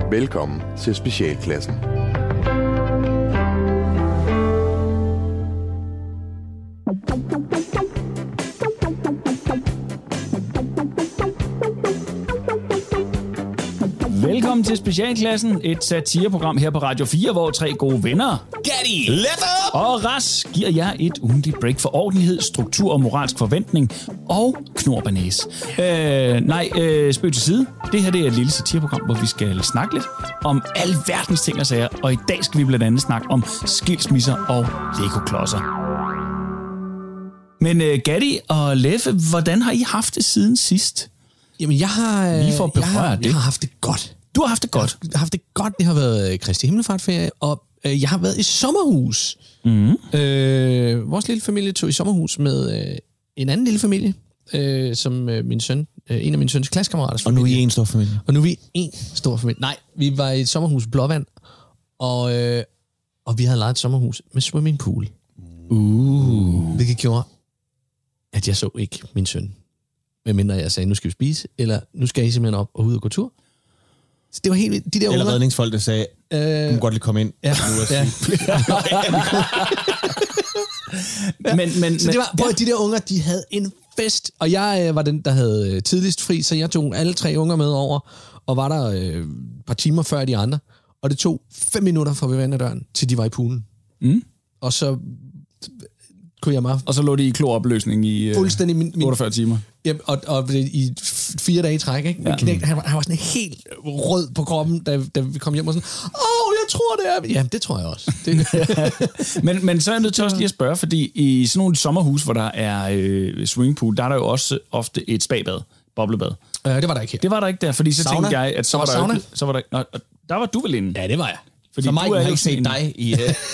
Velkommen til Specialklassen. Velkommen til Specialklassen, et satireprogram her på Radio 4, hvor tre gode venner, Gatti, Leffe og Ras, giver jer et ugentligt break for ordentlighed, struktur og moralsk forventning og knorbanæs. Spøg til side. Det her det er et lille satireprogram, hvor vi skal snakke lidt om alverdens ting og sager, og i dag skal vi blandt andet snakke om skilsmisser og Lego-klodser. Men Gatti og Leffe, hvordan har I haft det siden sidst? Jamen, jeg har haft det godt. Du har haft det godt? Jeg har haft det godt. Det har været Kristi Himmelfartferie, og jeg har været i sommerhus. Mm. Vores lille familie tog i sommerhus med en anden lille familie, som min søn, en af min søns klassekammeraters familie. Og nu er I en stor familie? Og nu er vi en stor familie. Nej, vi var i et sommerhus i Blåvand, og vi havde lejet et sommerhus med swimmingpool. Hvilket gjorde, at jeg så ikke min søn. Medmindre jeg sagde, nu skal vi spise, eller nu skal I simpelthen op og ud og gå tur. Så det var helt vildt. De der eller unger, redningsfolk, der sagde, du må godt lige komme ind. Ja. Men så det var, de der unger, de havde en fest, og jeg var den, der havde tidligst fri, så jeg tog alle tre unger med over, og var der et par timer før de andre, og det tog 5 minutter fra vi vendte døren, til de var i poolen. Mm. Og så kunne jeg meget... Og så lå de i kloropløsning i 48 timer. Jamen, og i 4 dage i træk, ikke? Ja. Knægt, han var sådan helt rød på kroppen, da vi kom hjem og sådan, jeg tror det er... Ja, det tror jeg også. men så er jeg nødt til også lige at spørge, fordi i sådan nogle sommerhus, hvor der er swimmingpool, der er der jo også ofte et spabad, boblebad. Det var der ikke her. Det var der ikke der, fordi så sauna. tænkte jeg, at så var der... Der var du vel inde? Ja, det var jeg. Fordi så Mike har ikke set dig i...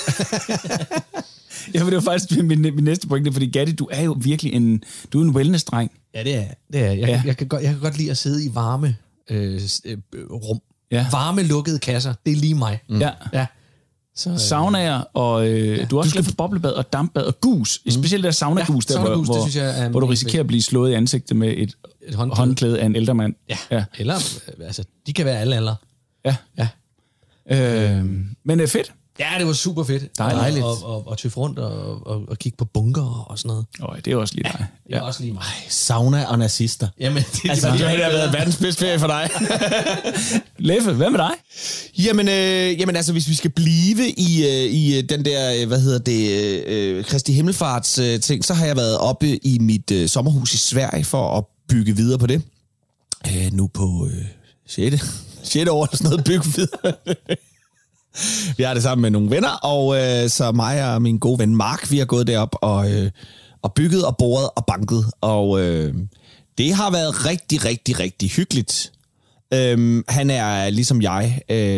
Ja, for det var faktisk min næste pointe, fordi Gatti, du er jo virkelig en wellness-dreng. Ja, det er jeg. Jeg kan godt lide at sidde i varme rum. Ja. Varme, lukkede kasser, det er lige mig. Mm. Ja. Så, saunaer, og du har også lavet boblebad og dampbad og gus. Specielt der sauna-gus, hvor du risikerer at blive slået i ansigtet med et håndklæde af en ældre mand. Ja. Eller, altså, de kan være alle aldre. Ja. Men fedt. Ja, det var super fedt. Dejligt. Og tøffe rundt og kigge på bunker og sådan noget. Det er også lige dig. Det er også lige mig. Sauna og nazister. Jamen, det har været verdens bedste ferie for dig. Leffe, hvad med dig? Jamen altså, hvis vi skal blive i den der, Kristi Himmelfarts ting, så har jeg været oppe i mit sommerhus i Sverige for at bygge videre på det. Nu på 6. år eller sådan noget, bygge videre. Vi har det sammen med nogle venner, og så mig og min gode ven Mark, vi har gået derop og bygget og boret og banket, og det har været rigtig, rigtig, rigtig hyggeligt. Han er ligesom jeg,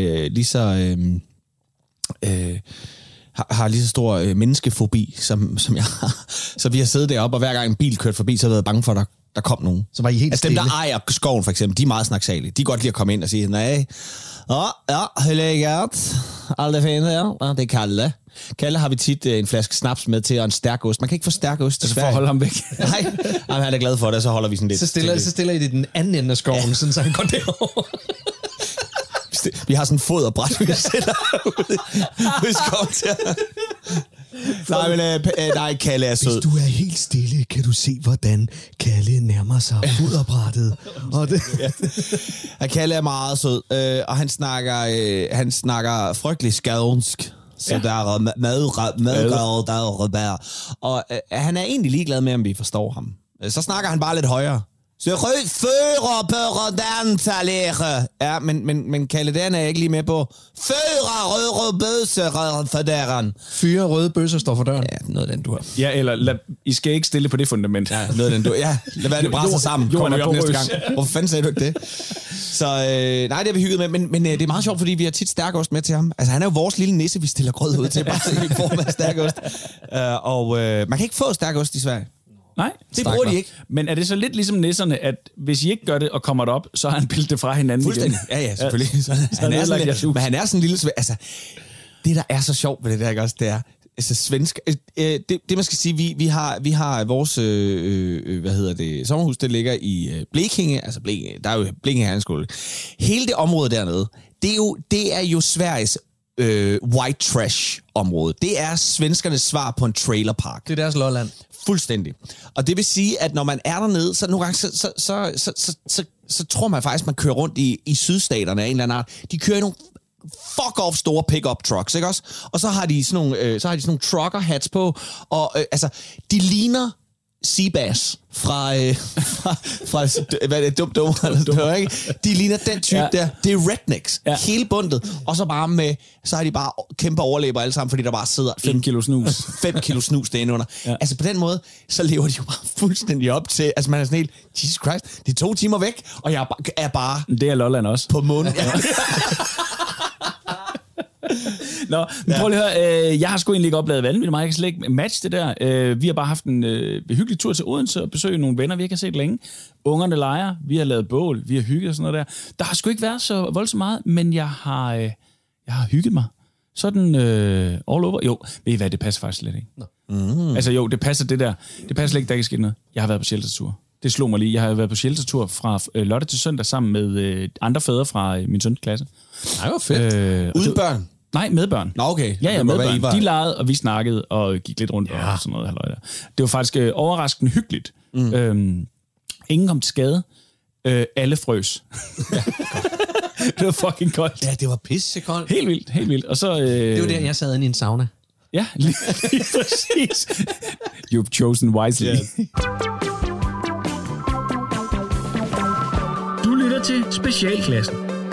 har lige så stor menneskefobi, som jeg har. Så vi har siddet deroppe, og hver gang en bil kørte forbi, så har jeg været bange for, at der kom nogen. Så var I helt stille? Dem, der ejer skoven for eksempel, de er meget snaksalige. De kan godt lide at komme ind og sige, nej, hur läget? Alt er fint her. Ja, det er Kalle. Kalle har vi tit en flaske snaps med til, og en stærk ost. Man kan ikke få stærk ost til Sverige. For at holde ham væk. Nej, han er glad for det, så holder vi sådan lidt. Så stiller I det den anden ende af skoven, sådan så han går derover. Vi har sådan en foderbræt, vi sætter ud i skoven til. Nej, Kalle er sød. Hvis du er helt stille, kan du se, hvordan Kalle nærmer sig foderbrættet. Kalle er meget sød, og han snakker frygtelig skånsk. Så der er madgræd, der er rødbær. Og han er egentlig ligeglad med, om vi forstår ham. Så snakker han bare lidt højere. Så fører på røddantalere. Ja, men Kalle, den er jeg ikke lige med på. Fører røde bøsser for døren. 4 røde bøsser står for døren. Ja, noget af den, du har. Ja, eller I skal ikke stille på det fundament. Ja, noget af den, du har. Ja, lad være det brænder sammen. Kommer vi op næste gang. Hvorfor fanden sagde du ikke det? Så nej, det har vi hygget med. Men det er meget sjovt, fordi vi har tit stærkost med til ham. Altså, han er jo vores lille nisse, vi stiller grød ud til. Bare så vi får med stærkost. Man kan ikke få stærkost i Sverige. Nej, det bruger de ikke. Men er det så lidt ligesom nisserne, at hvis I ikke gør det og kommer derop, så har han pillet det fra hinanden fuldstændig igen? Ja, selvfølgelig. Så han er sådan en lille... Altså, det, der er så sjovt ved det der, ikke også, det er, Altså svensk... det man skal sige, vi har vores... sommerhus, det ligger i Blekinge. Altså Blekinge, der er jo Blekinge Handelsskole. Hele det område dernede, det er jo Sveriges white trash område. Det er svenskernes svar på en trailerpark. Det er deres Lolland. Fuldstændig. Og det vil sige, at når man er dernede, så nogle gange, så tror man faktisk, man kører rundt i sydstaterne af en eller anden art. De kører i nogle fuck-off store pick-up trucks, ikke også? Og så har de sådan nogle, trucker hats på, og de ligner Seabass fra hvad er det, dummer eller sådan noget, ikke? De ligner den type der. Det er rednecks. Ja. Hele bundet. Og så har de bare kæmpe overlæber alle sammen, fordi der bare sidder 5 kilo snus. 5 kilo snus derinde under. Ja. Altså på den måde, så lever de jo bare fuldstændig op til, altså man er sådan helt, Jesus Christ, det er 2 timer væk, og jeg er bare... Det er Lolland også. På månen. Ja. Nå, men prøv lige at høre. Jeg har sgu egentlig ikke oplevet vanvittigt meget. Jeg kan slet ikke matche det der. Vi har bare haft en hyggelig tur til Odense og besøgt nogle venner, vi ikke har set længe. Ungerne leger, vi har lavet bål, vi har hygget og sådan noget der. Der har sgu ikke været så voldsomt meget, men jeg har hygget mig. Sådan all over. Jo, ved I hvad, det passer faktisk slet ikke. Altså jo, det passer det der. Det passer slet ikke, der ikke sket noget. Jeg har været på sheltertur. Det slog mig lige. Jeg har været på sheltertur fra lørdag til søndag sammen med andre fædre fra min søns klasse. Nej, hvor fedt. Uden børn? Nej, med børn. Nå, okay. Ja, med børn. De legede, og vi snakkede og gik lidt rundt og sådan noget. Halløj der. Det var faktisk overraskende hyggeligt. Ingen kom til skade. Alle frøs. Det var fucking koldt. Ja, det var pissekoldt. Helt vildt, helt vildt. Og så, det var der, jeg sad inde i en sauna. Ja, lige præcis. You've chosen wisely. Yes. Du lytter til Specialklassen.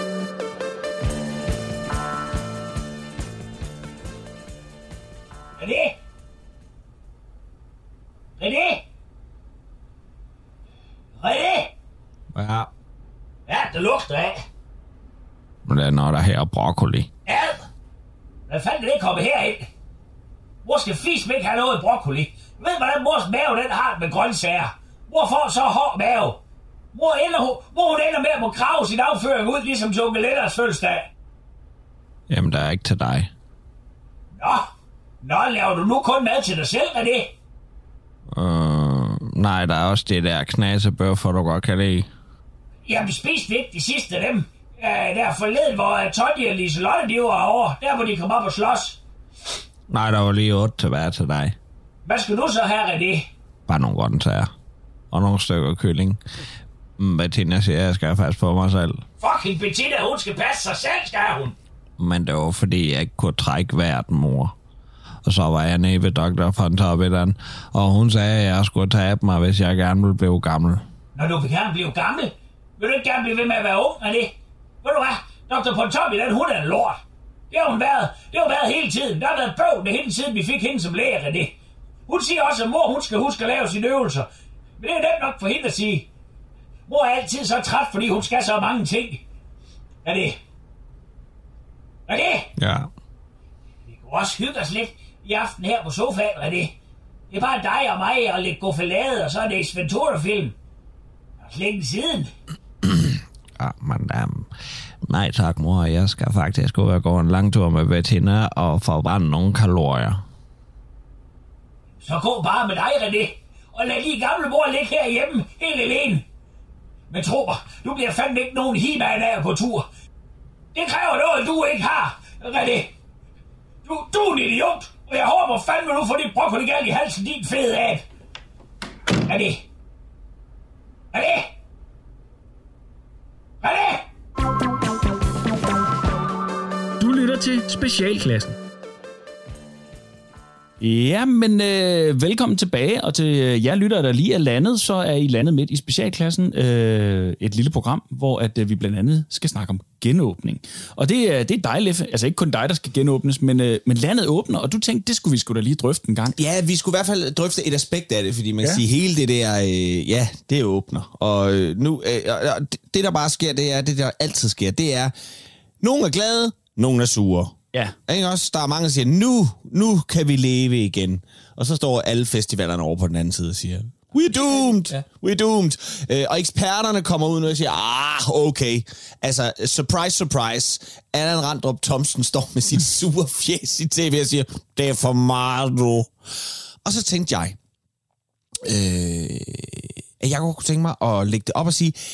René? Ja. Ja, det lugter af. Men det er noget, der her broccoli. Ja. Hvad fanden er det kommet herind? Mor skal fisk ikke have noget broccoli. Jeg ved, hvordan mors mave den har med grøntsager. Mor får så hård mave. Mor hun ender med at må grave sin afføring ud, ligesom til onkel Lennarts fødselsdag. Jamen, der er ikke til dig. Nå, laver du nu kun mad til dig selv, er det? Nej, der er også det der knasebøffer, du godt kan lide. Jamen, spiste vi ikke de sidste af dem. Der forleden, hvor Toddy og Liselotte, de var over. Der, hvor de kom op og slås. Nej, der var lige 8 tilbage til dig. Hvad skal du så have, René? Bare nogle grøntsager. Og nogle stykker kylling. Bettina siger, jeg skal passe på mig selv. Fucking Bettina, hun skal passe sig selv, skal hun. Men det var, fordi jeg ikke kunne trække vejret, mor. Og så var jeg nede ved Dr. Fontoppidan, og hun sagde, at jeg skulle tabe mig, hvis jeg gerne ville blive gammel. Når du vil gerne blive gammel? Vil du ikke gerne blive ved med at være ung, er det? Ved du hvad? Dr. Fontoppidan, hun er en lort. Det har hun været. Det har været hele tiden. Der har været bøvl med hende, siden vi fik hende som læge, er det. Hun siger også, at mor, hun skal huske at lave sine øvelser. Men det er jo nemt nok for hende at sige. Mor er altid så træt, fordi hun skal så mange ting. Er det? Er det? Ja. Vi kunne også hygge os lidt i aften her på sofaen, er det? Det er bare dig og mig og lidt goffelade, og så er det Ace Ventura-film. Og længe siden. Ja, men nej tak, mor. Jeg skal faktisk gå en lang tur med Bettina og forbrænde nogle kalorier. Så gå bare med dig, René. Og lad lige gamle mor ligge herhjemme helt alene. Men tro mig, du bliver fandme ikke nogen he-man af på tur. Det kræver noget, du ikke har, René. Du er en idiot, og jeg håber fandme, du får dit broccoli galt i halsen, din fede ab. René. René. René. Du lytter til Specialklassen. Ja, men velkommen tilbage, og til jer lyttere, der lige er landet, så er I landet midt i Specialklassen, et lille program, hvor at vi blandt andet skal snakke om genåbning. Og det er dig, Leffe, altså ikke kun dig, der skal genåbnes, men landet åbner, og du tænkte, det skulle vi sgu da lige drøfte en gang. Ja, vi skulle i hvert fald drøfte et aspekt af det, fordi man kan sige, hele det der, det åbner. Og nu, det der bare sker, det er, det der altid sker, det er, nogen er glade, nogen er sure. Ja. Ikke også? Der er mange, der siger, nu kan vi leve igen. Og så står alle festivalerne over på den anden side og siger, we're doomed, we're doomed. Og eksperterne kommer ud og siger, okay. Altså, surprise, surprise. Allan Randrup Thomsen står med sit sure fjes i tv og siger, det er for meget, du. Og så tænkte jeg, at jeg kunne tænke mig at lægge det op og sige,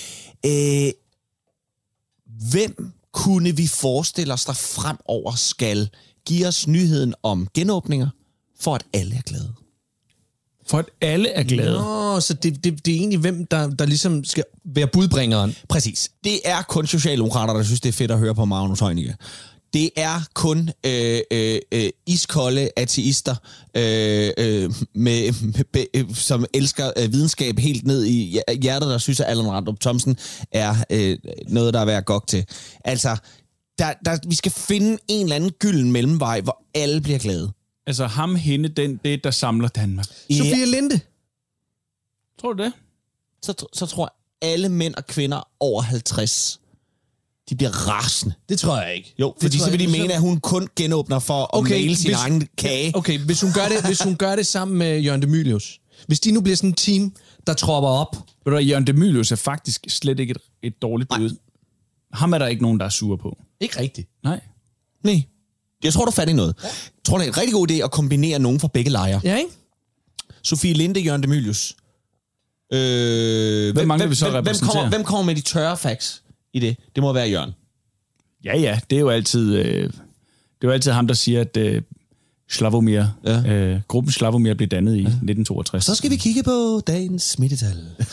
hvem kunne vi forestille os, der fremover skal give os nyheden om genåbninger, for at alle er glade? For at alle er glade. Nå, så det er egentlig hvem, der ligesom skal være budbringeren. Præcis. Det er kun socialdemokrater, der synes, det er fedt at høre på Magnus Heunicke. Det er kun iskolde ateister, som elsker videnskab helt ned i hjertet, der synes, at Allan Randrup Thomsen er noget, der er værd at gokke til. Altså, vi skal finde en eller anden gylden mellemvej, hvor alle bliver glade. Altså ham, hende, det der samler Danmark. Sofie Linde. Tror du det? Så tror jeg, alle mænd og kvinder over 50, de bliver rasende. Det tror jeg ikke. Jo, fordi så vil de mene, at hun kun genåbner for at male sin egen kage. Okay, hvis hun gør det sammen med Jørgen de Mylius. Hvis de nu bliver sådan en team, der tropper op. Ved du, Jørgen de Mylius er faktisk slet ikke et dårligt bud. Ham er der ikke nogen, der er sure på. Ikke rigtigt. Nej. Jeg tror, du fandt i noget. Jeg tror, det er en rigtig god idé at kombinere nogen fra begge lejre. Ja, ikke? Sofie Linde, Jørgen de Mylius. Hvem mangler vi så repræsentere? Hvem kommer med de tørre facts i det? Det må være Jørgen. Ja, det er jo altid ham, der siger, at Slavomir, gruppen Slavomir blev dannet i 1962. Så skal vi kigge på dagens smittetal.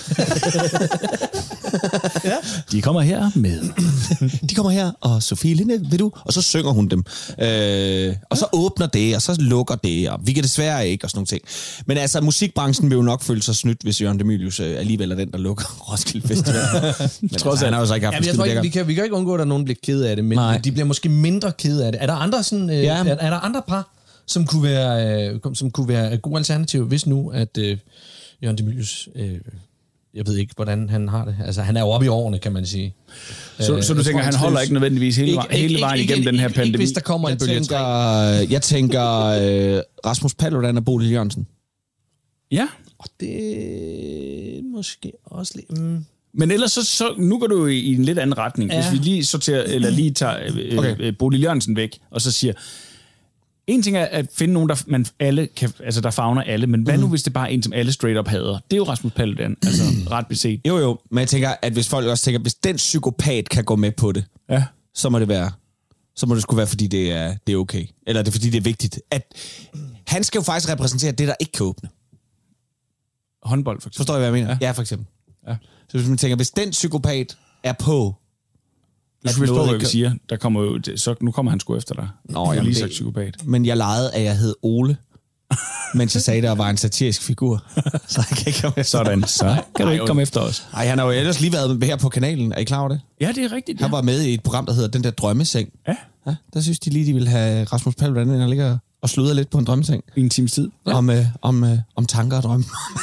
De kommer her med. De kommer her, og Sofie Linde, vil du? Og så synger hun dem. Og så åbner det, og så lukker det, og vi kan desværre ikke, og sådan nogle ting. Men altså, musikbranchen vil jo nok føle sig snydt, hvis Jørgen de Mylius alligevel er den, der lukker Roskilde Festival. Men altså, han har jo så ikke haft jeg tror ikke, vi kan ikke undgå, at der nogen bliver ked af det, men de bliver måske mindre ked af det. Er der andre, sådan, er der andre par, som kunne være et godt alternativ, hvis nu, at Jørgen de Mylius, jeg ved ikke, hvordan han har det. Altså, han er jo oppe i årene, kan man sige. Så du tænker, han holder ikke nødvendigvis hele vejen igennem den her pandemi? Ikke hvis der kommer en bølge 3. Jeg tænker Rasmus Paludan og Bodil Jørgensen. Ja. Og det måske også lidt... Men ellers så nu går du i en lidt anden retning. Ja. Hvis vi lige sorterer, eller lige tager Bodil Jørgensen væk, og så siger... En ting er at finde nogen, der favner alle, men hvad nu, hvis det bare er en, som alle straight up hader? Det er jo Rasmus Paludan, altså ret beset. Jo, men jeg tænker, at hvis folk også tænker, hvis den psykopat kan gå med på det, så må det sgu være, fordi det er okay. Eller det er, fordi det er vigtigt. At han skal jo faktisk repræsentere det, der ikke kan åbne. Håndbold, for eksempel. Forstår I, hvad jeg mener? Ja, for eksempel. Ja. Så hvis man tænker, hvis den psykopat er på... Du skal på, hvad vi siger. Der kommer jo, så nu kommer han sgu efter dig. Nå, jeg lige sagt psykopat. Men jeg legede, at jeg hed Ole, mens jeg sagde, at jeg var en satirisk figur. Så jeg kan ikke komme efter. Sådan, så kan du ikke komme efter os. Nej, han har jo ellers lige været her på kanalen. Er I klar over det? Ja, det er rigtigt. Han var med i et program, der hedder Den der drømmeseng. Ja. Der synes de lige, de ville have Rasmus Paludan ind og ligger og sludrer lidt på en drømmeseng. I en times tid. Ja. Om tanker og drømme.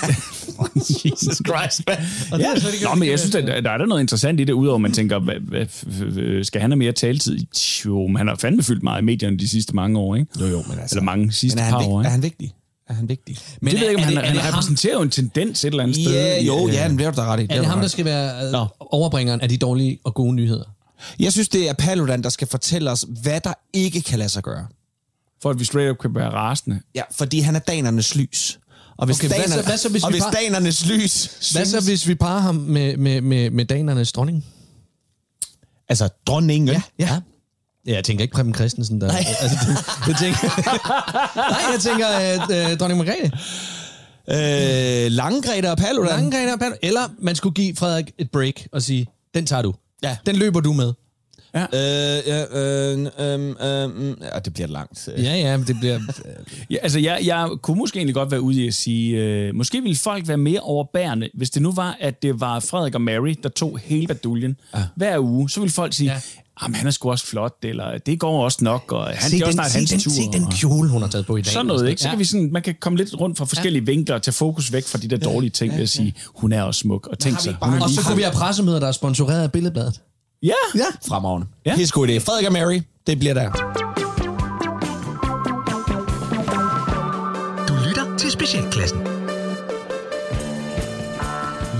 Jesus Christ, man. Ja. Men jeg synes, der er noget interessant i det, udover man tænker, skal han have mere taletid? Jo, men han har fandme fyldt meget i medierne de sidste mange år, ikke? Jo, men altså... Eller mange sidste par år, ikke? Er han vigtig? Men det ved jeg ikke, om han repræsenterer jo en tendens et eller andet sted. Ja, det er du da ret i. Er det ham, der skal være overbringeren af de dårlige og gode nyheder? Jeg synes, det er Paludan, der skal fortælle os, hvad der ikke kan lade sig gøre. For at vi straight up kan være rasende. Ja, fordi han er danernes lys. Og hvis, hvis danernes lys... Hvad så, hvis vi parer ham med danernes dronning? Altså, dronningen? Ja. Jeg tænker ikke Preben Christensen der. Nej. Altså, jeg tænker dronning Margrethe. Langegrete og Paludan. Eller man skulle give Frederik et break og sige, den tager du. Ja. Den løber du med. Ja. Det bliver langt. Ja, det bliver... Jeg kunne måske egentlig godt være ude i at sige, måske ville folk være mere overbærende, hvis det nu var, at det var Frederik og Mary, der tog hele baduljen hver uge. Så ville folk sige, jamen han er sgu også flot, eller det går også nok, og han gør snart hans tur. Se den kjole, hun har taget på i dag. Sådan noget, ikke? Så kan vi sådan, man kan komme lidt rundt fra forskellige vinkler og tage fokus væk fra de der dårlige ting ved at sige, hun er også smuk. Og tænk sig, og så kunne vi have pressemøder, der er sponsoreret af Billedbladet. Ja. Fremragende. Ja. Helt god idé. Frederik og Mary, det bliver der. Du lytter til Specialklassen.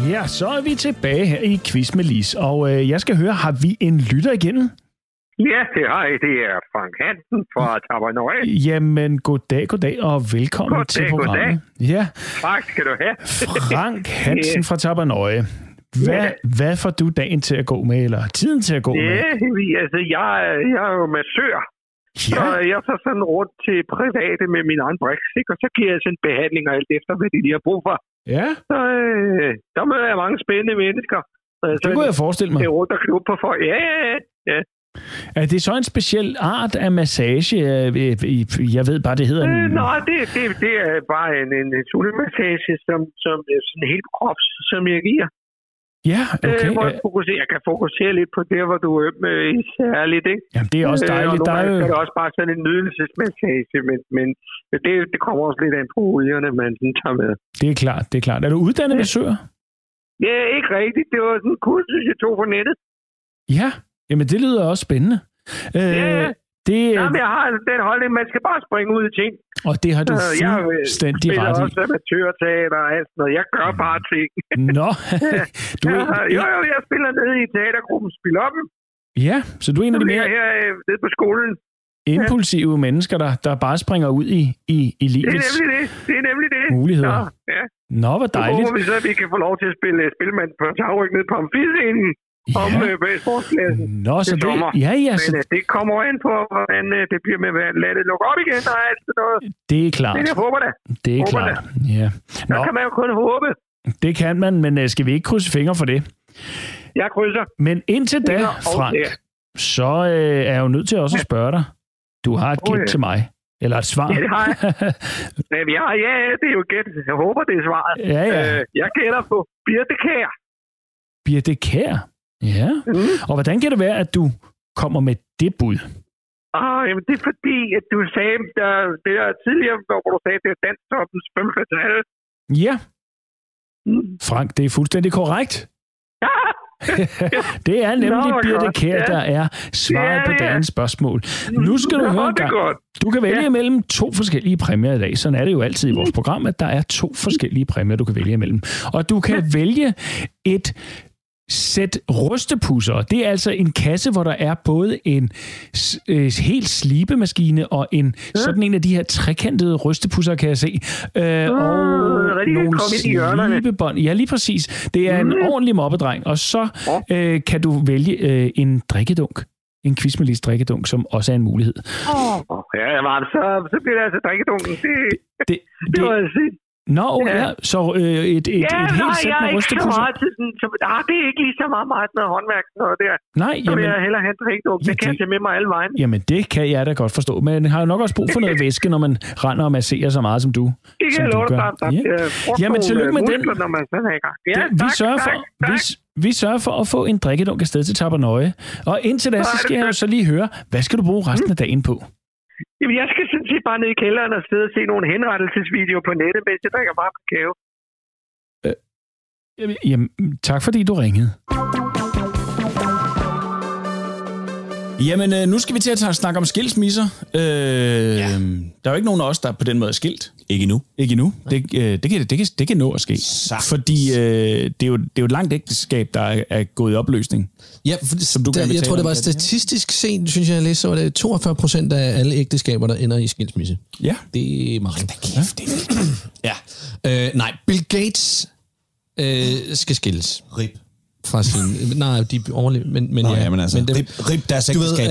Ja, så er vi tilbage her i Quiz med Lis, og jeg skal høre, har vi en lytter igen? Ja, det har jeg. Det er Frank Hansen fra Tabernoy. Jamen, goddag og velkommen til programmet. Ja. Tak skal du have. Frank Hansen fra Tabernoy. Hvad får du dagen til at gå med, eller tiden til at gå med? Ja, altså, jeg er jo massør. Ja. Så jeg tager sådan rundt til private med min egen Brix, og så giver jeg sådan behandling og alt efter, hvad de lige har brug for. Ja. Så der møder jeg mange spændende mennesker. Det kunne jeg forestille mig. Det er rundt og klub på folk. Ja. Er det så en speciel art af massage? Jeg ved bare, det hedder... Nej, det er bare en solemassage, som sådan helt krops, som jeg giver. Ja, okay. Jeg kan fokusere lidt på det, hvor du er særligt, ikke? Jamen, det er også dejligt. Og nogle gange er det også bare sådan en nydelsesmassage, men det kommer også lidt af på olierne, man sådan tager med. Det er klart. Er du uddannet massør? Ja, ikke rigtigt. Det var sådan en kursus, jeg tog på nettet. Ja, jamen det lyder også spændende. Men jeg har den holdning, man skal bare springe ud i ting. Og det har du fuldstændig ret i. Jeg spiller også amatørteater og alt sådan noget. Jeg gør bare ting. Nå. Jeg spiller nede i teatergruppen Spil Op. Ja, så du er en af de mere... her nede på skolen. Impulsive mennesker, der bare springer ud i livets... Det er nemlig det. Muligheder. Nå, hvor dejligt. Så håber vi så, at vi kan få lov til at spille spilmand på tagryg ned på amfiscenen. Om sportsklassen. Nå, så det... Ja, men det kommer an på, hvordan det bliver med at lade det lukke op igen. Og alt sådan noget. Det er klart. Det jeg håber det. Det er klart, ja. Så kan man jo kun håbe. Det kan man, men skal vi ikke krydse fingre for det? Jeg krydser. Men indtil da, Frank, så er jeg jo nødt til også at spørge dig. Du har et gæt til mig. Eller et svar. Ja, det har jeg. Ja, det er jo et gæt. Jeg håber, det er svaret. Ja. Jeg gætter på Birte Kjær. Birte Kjær? Ja. Og hvordan kan det være, at du kommer med det bud? Jamen, det er fordi, at du sagde, det er tidligere, hvor du sagde, det er Danstoppens 5 kvartal. Ja. Frank, det er fuldstændig korrekt. Det er nemlig Birte Kjær, der er svaret på dagens spørgsmål. Nu skal du høre en gang. Du kan vælge mellem 2 forskellige præmier i dag. Sådan er det jo altid i vores program, at der er 2 forskellige præmier, du kan vælge imellem. Og du kan vælge et sæt rystepusser. Det er altså en kasse, hvor der er både en helt slibemaskine og sådan en af de her trekantede rystepusser, kan jeg se. Og nogle slibebånd. Ja, lige præcis. Det er en ordentlig moppedreng. Og så kan du vælge en drikkedunk. En Quiz med Lis drikkedunk, som også er en mulighed. Så bliver det altså drikkedunken. Det var jeg sige. Nå, så et helt sæt med rystepusser. Det er ikke lige så meget med håndværk noget der. Nej, så vil jeg hellere have en drikkedunk. Det kan jeg tage med mig alle vejen. Jamen, det kan jeg da godt forstå. Men man har jo nok også brug for noget væske, når man render og masserer så meget, som du Det kan jeg love dig. Jamen, tillykke med den. Når man sådan er i gang. Vi sørger for at få en drikkedunk afsted til Tabernoy. Og indtil da, så skal jeg jo så lige høre, hvad skal du bruge resten af dagen på? Jamen, jeg skal sådan set bare ned i kælderen og sidde og se nogle henrettelsesvideoer på nettet, mens jeg drikker bare kakao. Jamen, tak fordi du ringede. Jamen, nu skal vi til at snakke om skilsmisser. Der er jo ikke nogen af os, der på den måde er skilt. Ikke endnu. Det kan nå at ske. Fordi det er jo et langt ægteskab, der er gået i opløsning. Ja, jeg tror, det var statistisk set, synes jeg læste, så var det 42% af alle ægteskaber, der ender i skilsmisse. Ja. Det er meget. Kæft, det er vildt. Nej, Bill Gates skal skilles. Rip. Fra sin... Nej, de overlever, men ja. Men altså, rip deres ægteskab.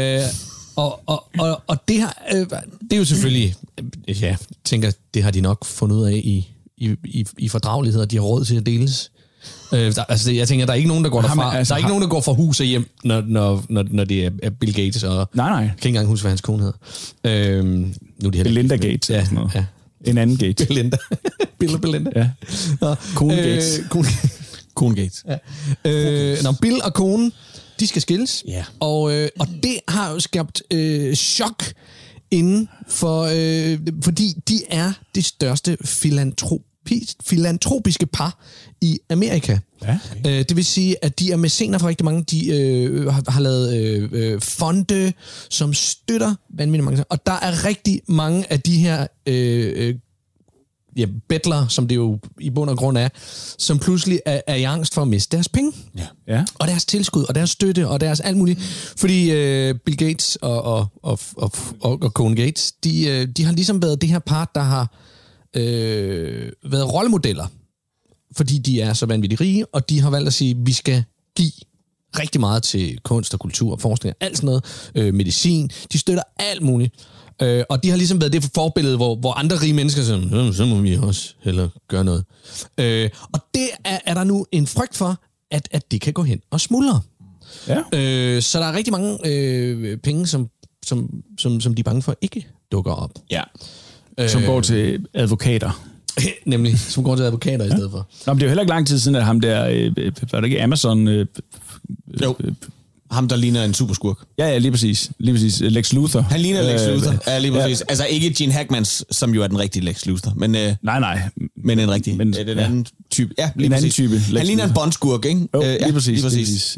Og det her, det er jo selvfølgelig, jeg tænker, det har de nok fundet ud af i fordragelighed, og de har råd til at deles. Jeg tænker, der er ikke nogen, der går derfra. Der er ikke nogen, der går fra hus og hjem, når det er Bill Gates, og nej. Jeg kan ikke engang huske, hvad hans kone hedder. Nu er det Belinda Gates. Ja, sådan noget. Ja. En anden Gates. Belinda. Belinda. Ja. Kone Gates. Kone Gates. Ja. Bill og konen, de skal skilles. Ja. Og det har jo skabt chok inden for, fordi de er det største filantropiske par i Amerika. Ja, okay. Det vil sige, at de er mæcener for rigtig mange. De har lavet fonde, som støtter vanvittigt mange. Og der er rigtig mange af de her bedler, som det jo i bund og grund er, som pludselig er i angst for at miste deres penge. Ja. Og deres tilskud, og deres støtte, og deres alt muligt. Fordi Bill Gates og Cohen Gates, de har ligesom været det her par, der har været rollemodeller. Fordi de er så vanvittigt rige, og de har valgt at sige, at vi skal give rigtig meget til kunst og kultur og forskning, alt sådan noget, medicin. De støtter alt muligt. Og de har ligesom været det forbillede, hvor andre rige mennesker siger, så må vi også hellere gøre noget. Og det er der nu en frygt for, at det kan gå hen og smuldre. Ja. Så der er rigtig mange penge, som de er bange for ikke dukker op. Ja. Som går til advokater. Nemlig, som går til advokater i stedet for. Nå, men det er jo heller ikke lang tid siden, at ham der, var det ikke Amazon? Jo. Ham, der ligner en superskurk. Ja, lige præcis. Lex Luthor. Han ligner Lex Luthor. Ja, lige præcis. Altså ikke Gene Hackmans, som jo er den rigtige Lex Luthor. Men, nej. Men en rigtig. Men, den anden type. Ja, lige en præcis. Anden type. Han ligner en bondskurk, ikke? Jo, lige præcis.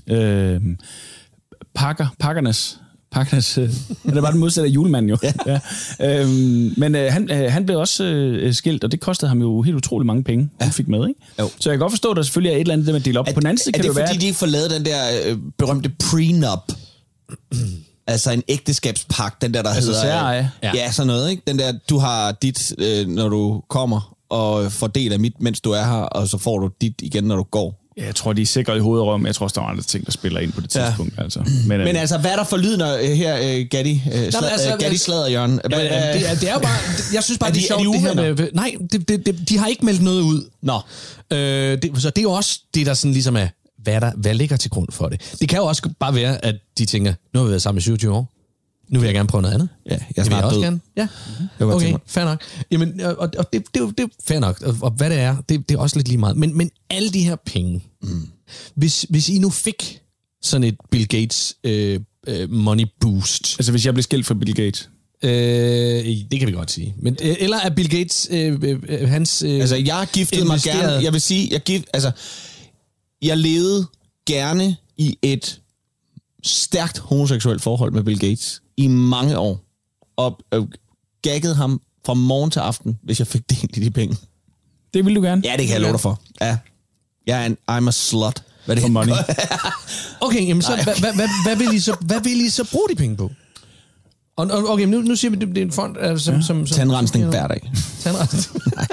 Pakkernes. Det var den modsatte af julemanden jo. Ja. Men han blev også skilt, og det kostede ham jo helt utrolig mange penge, han fik med, ikke? Jo. Så jeg kan godt forstå, at der selvfølgelig er et eller andet, der med at dele op. På den anden side kan det være... Er det fordi, de ikke får lavet den der berømte prenup? Altså en ægteskabspagt, den der altså hedder... særeje. Ja, sådan noget, ikke? Den der, du har dit, når du kommer, og får del af mit, mens du er her, og så får du dit igen, når du går. Ja, jeg tror, de er sikre i hovedrum. Jeg tror også, der er andre ting, der spiller ind på det tidspunkt. Ja. Altså. Men altså, hvad er der for lyden her, Gatti Sladderjørn? Det er jo bare... Jeg synes bare, det er sjovt, det her med... Nej, de har ikke meldt noget ud. Nå. Så det er jo også det, der sådan ligesom er... Hvad ligger til grund for det? Det kan jo også bare være, at de tænker, nu har vi været sammen i 27 år. Nu vil jeg gerne prøve noget andet. Ja, jeg er snart død. Gerne. Ja, okay, fair nok. Jamen, og det er fair nok. Og hvad det er, det er også lidt lige meget. Men alle de her penge, hvis I nu fik sådan et Bill Gates money boost... Altså, hvis jeg blev skilt fra Bill Gates? Det kan vi godt sige. Men, eller er Bill Gates hans... altså, jeg har giftet mig gerne... Jeg vil sige, jeg levede gerne i et stærkt homoseksuelt forhold med Bill Gates i mange år, og gaggede ham fra morgen til aften, hvis jeg fik del i de penge. Det vil du gerne? Ja, det kan jeg love dig for. Ja. Jeg er I'm a slut. Hvad det for money. Okay, jamen så, hvad vil I så bruge de penge på? Okay, nu siger vi, det er en fond, som tandrensning hver dag. Tandrensning? Nej.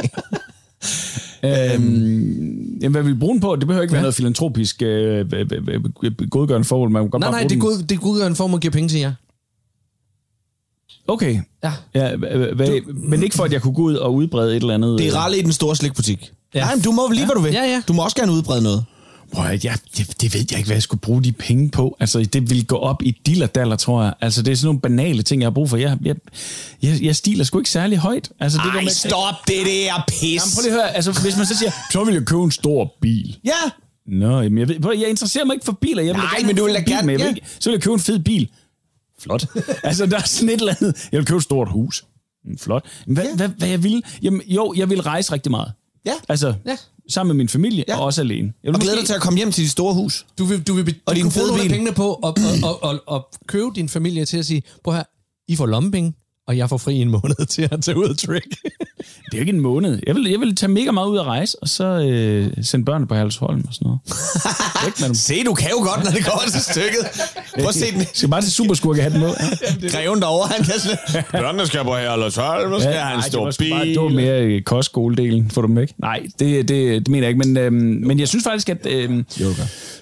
Jamen, hvad vi bruge den på? Det behøver ikke være noget filantropisk godgørende formål. Man kan nej, det er godgørende formål at give penge til jer. Okay. Ja, men ikke for, at jeg kunne gå ud og udbrede et eller andet... Det er ralle i den store slikbutik. Ja. Nej, men du må lige, hvad du vil. Ja. Du må også gerne udbrede noget. Det ved jeg ikke, hvad jeg skulle bruge de penge på. Altså, det vil gå op i dillerdaller, tror jeg. Altså, det er sådan nogle banale ting, jeg har brug for. Jeg stiler sgu ikke særlig højt. Altså, det med, stop det der pis. Jamen, prøv lige at høre. Altså, hvis man så siger, så vil jeg købe en stor bil. Ja. Nå, jamen, jeg interesserer mig ikke for biler. Nej, men du vil da gerne... Så vil jeg købe en fed bil. Flot. Altså, der er sådan et eller andet. Jeg vil købe et stort hus. Flot. Hvad jeg vil? Jamen, jo, jeg vil rejse rigtig meget. Ja. Altså, sammen med min familie, og også alene. Jeg vil og glæder dig til at komme hjem til de store hus. Du kunne bruge nogle af pengene på at købe din familie til at sige, prøv her, I får lommepenge, og jeg får fri en måned til at tage ud og trick. Det er jo ikke en måned. Jeg vil tage mega meget ud at rejse, og så sende børnene på Herlufsholm og sådan noget. Se, du kan jo godt, når det går til stykket. Prøv at se den. Skal bare til superskurke have den med. Ja. Greven derovre, han kan slet. Børnene skal på Herlufsholm, og skal have en stor bil. Det var mere kostskoledelen, får du dem ikke? Nej, det mener jeg ikke, men jeg synes faktisk, at... Yoga.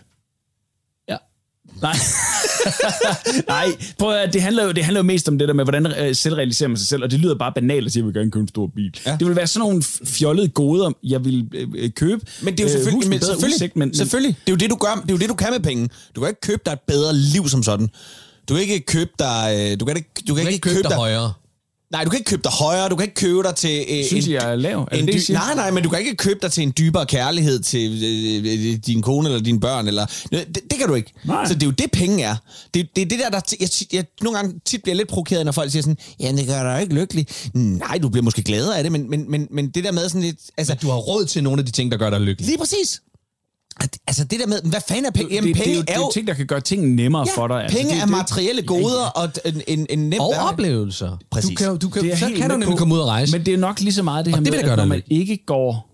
Nej, prøv at det handler jo mest om det der med, hvordan selvrealiserer man sig selv, og det lyder bare banalt at sige, at jeg vil gerne købe en stor bil. Ja. Det vil være sådan nogle fjollede goder, jeg vil købe. Men det er jo selvfølgelig, det er jo det, du gør. Det er jo det, du kan med penge. Du kan ikke købe dig et bedre liv som sådan. Du kan ikke købe dig... Du kan ikke købe dig højere. Nej, du kan ikke købe dig højere, du kan ikke købe dig til... Synes jeg er lav? Nej, men du kan ikke købe dig til en dybere kærlighed til din kone eller dine børn. Eller, det kan du ikke. Nej. Så det er jo det, penge er. Det er det der jeg nogle gange tit bliver lidt provokeret, når folk siger sådan, ja, det gør dig ikke lykkelig. Nej, du bliver måske gladere af det, men det der med sådan lidt... Altså, men du har råd til nogle af de ting, der gør dig lykkelig. Lige præcis. Altså det der med, hvad fanden er penge? Jamen, det penge er jo ting, der kan gøre tingene nemmere for dig. Penge er materielle goder og en nem og oplevelser. Præcis. Så kan du nemlig komme ud og rejse. Men det er nok lige så meget det her med, at når man ikke går...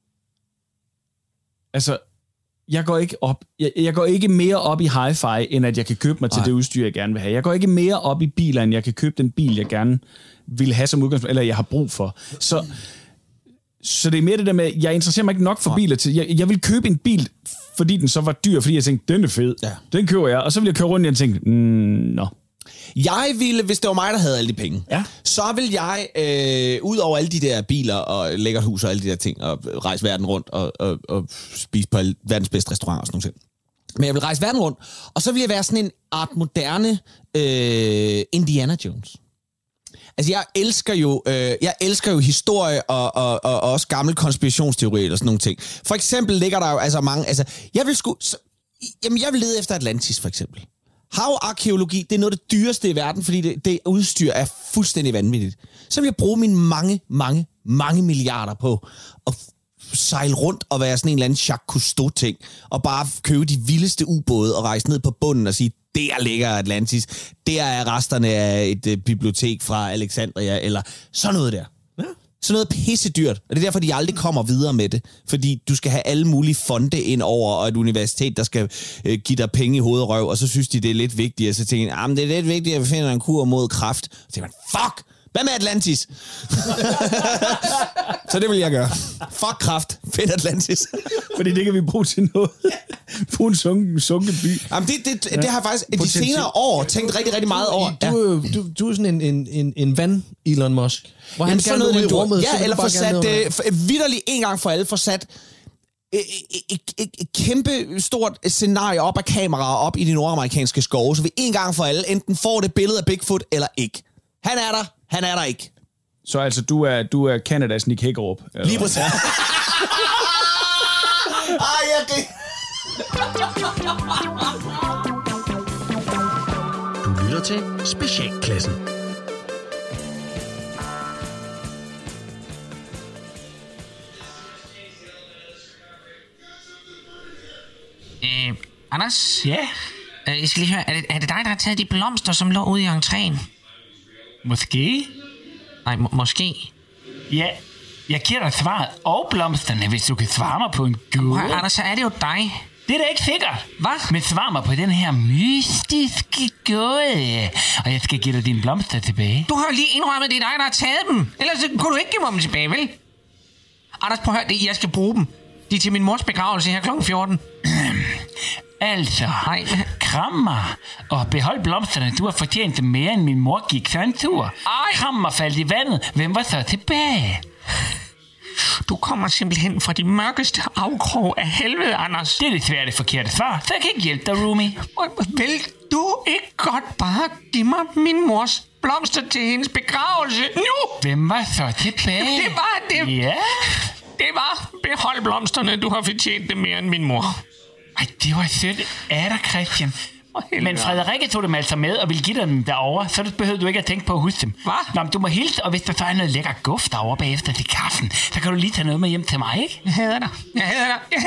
Altså, jeg går ikke mere op i hi-fi, end at jeg kan købe mig til det udstyr, jeg gerne vil have. Jeg går ikke mere op i biler, end jeg kan købe den bil, jeg gerne vil have som udgangspunkt, eller jeg har brug for. Så det er mere det der med, jeg interesserer mig ikke nok for biler til. Jeg vil købe en bil, fordi den så var dyr, fordi jeg tænkte, den er fed. Ja. Den køber jeg. Og så vil jeg køre rundt, og jeg tænkte, nå. Jeg ville, hvis det var mig, der havde alle de penge, så ville jeg, ud over alle de der biler og lækkert hus og alle de der ting, og rejse verden rundt og spise på verdens bedste restauranter og sådan noget. Men jeg vil rejse verden rundt, og så vil jeg være sådan en art moderne Indiana Jones. Altså, jeg elsker jo historie og også gammel konspirationsteori og sådan nogle ting. For eksempel ligger der jo altså mange... Altså, jeg vil lede efter Atlantis, for eksempel. Havarkæologi, det er noget af det dyreste i verden, fordi det udstyr er fuldstændig vanvittigt. Så vil jeg bruge mine mange milliarder på at sejle rundt og være sådan en eller anden Jacques Cousteau-ting, og bare købe de vildeste ubåde og rejse ned på bunden og sige, der ligger Atlantis, der er resterne af et bibliotek fra Alexandria, eller sådan noget der. Ja. Sådan noget pissedyrt, og det er derfor, de aldrig kommer videre med det, fordi du skal have alle mulige fonde ind over, og et universitet, der skal give dig penge i hoved og røv, og så synes de, det er lidt vigtigt, og så tænker jeg, det er lidt vigtigt, at vi finder en kur mod kræft. Så tænker man, fuck! Hvad med Atlantis? Så det vil jeg gøre. Fuck kræft. Find Atlantis. Fordi det kan vi bruge til noget. På en sunken by. Jamen det har jeg faktisk de senere år tænkt rigtig, rigtig meget over. Du er sådan en Elon Musk. Hvor han gerne ud i rummet. Ja, eller få sat vitterligt en gang for alle, få sat et kæmpe stort scenarie op af kameraer op i de nordamerikanske skove, så vi en gang for alle enten får det billede af Bigfoot eller ikke. Han er der ikke. Så altså, du er Canadas Nick Hagerup? Lige præcis. Du lytter til Specialklassen. Anders? Ja? Jeg skal lige høre, er det dig, der har taget de blomster, som lå ude i entréen? Måske? Nej, måske. Ja, jeg giver dig svaret og blomsterne, hvis du kan svare mig på en gåde. Anders, så er det jo dig. Det er da ikke sikkert. Hvad? Men svar mig på den her mystiske gåde, og jeg skal give dig dine blomster tilbage. Du har jo lige indrømmet, det er dig, der har taget dem. Ellers kunne du ikke give mig dem tilbage, vel? Anders, prøv at høre, jeg skal bruge dem. De er til min mors begravelse her kl. 14. Altså, kram mig og behold blomsterne. Du har fortjent det mere, end min mor gik så en tur. Kram mig faldt i vandet. Hvem var så tilbage? Du kommer simpelthen fra de mørkeste afkrog af helvede, Anders. Det er desværre det forkerte svar, så jeg kan ikke hjælpe dig, Rumi. Vil du ikke godt bare give mig min mors blomster til hendes begravelse nu? Hvem var så tilbage? Det var det. Ja. Det var behold blomsterne. Du har fortjent det mere end min mor. Ej, det var sødt af dig, Christian. Men Frederikke tog dem altså med og ville give dem derovre, så behøvede du ikke at tænke på at huske dem. Hvad? Nå, men du må hilse, og hvis der så er noget lækker guf derovre bagefter til kaffen, så kan du lige tage noget med hjem til mig, ikke? Jeg hader dig.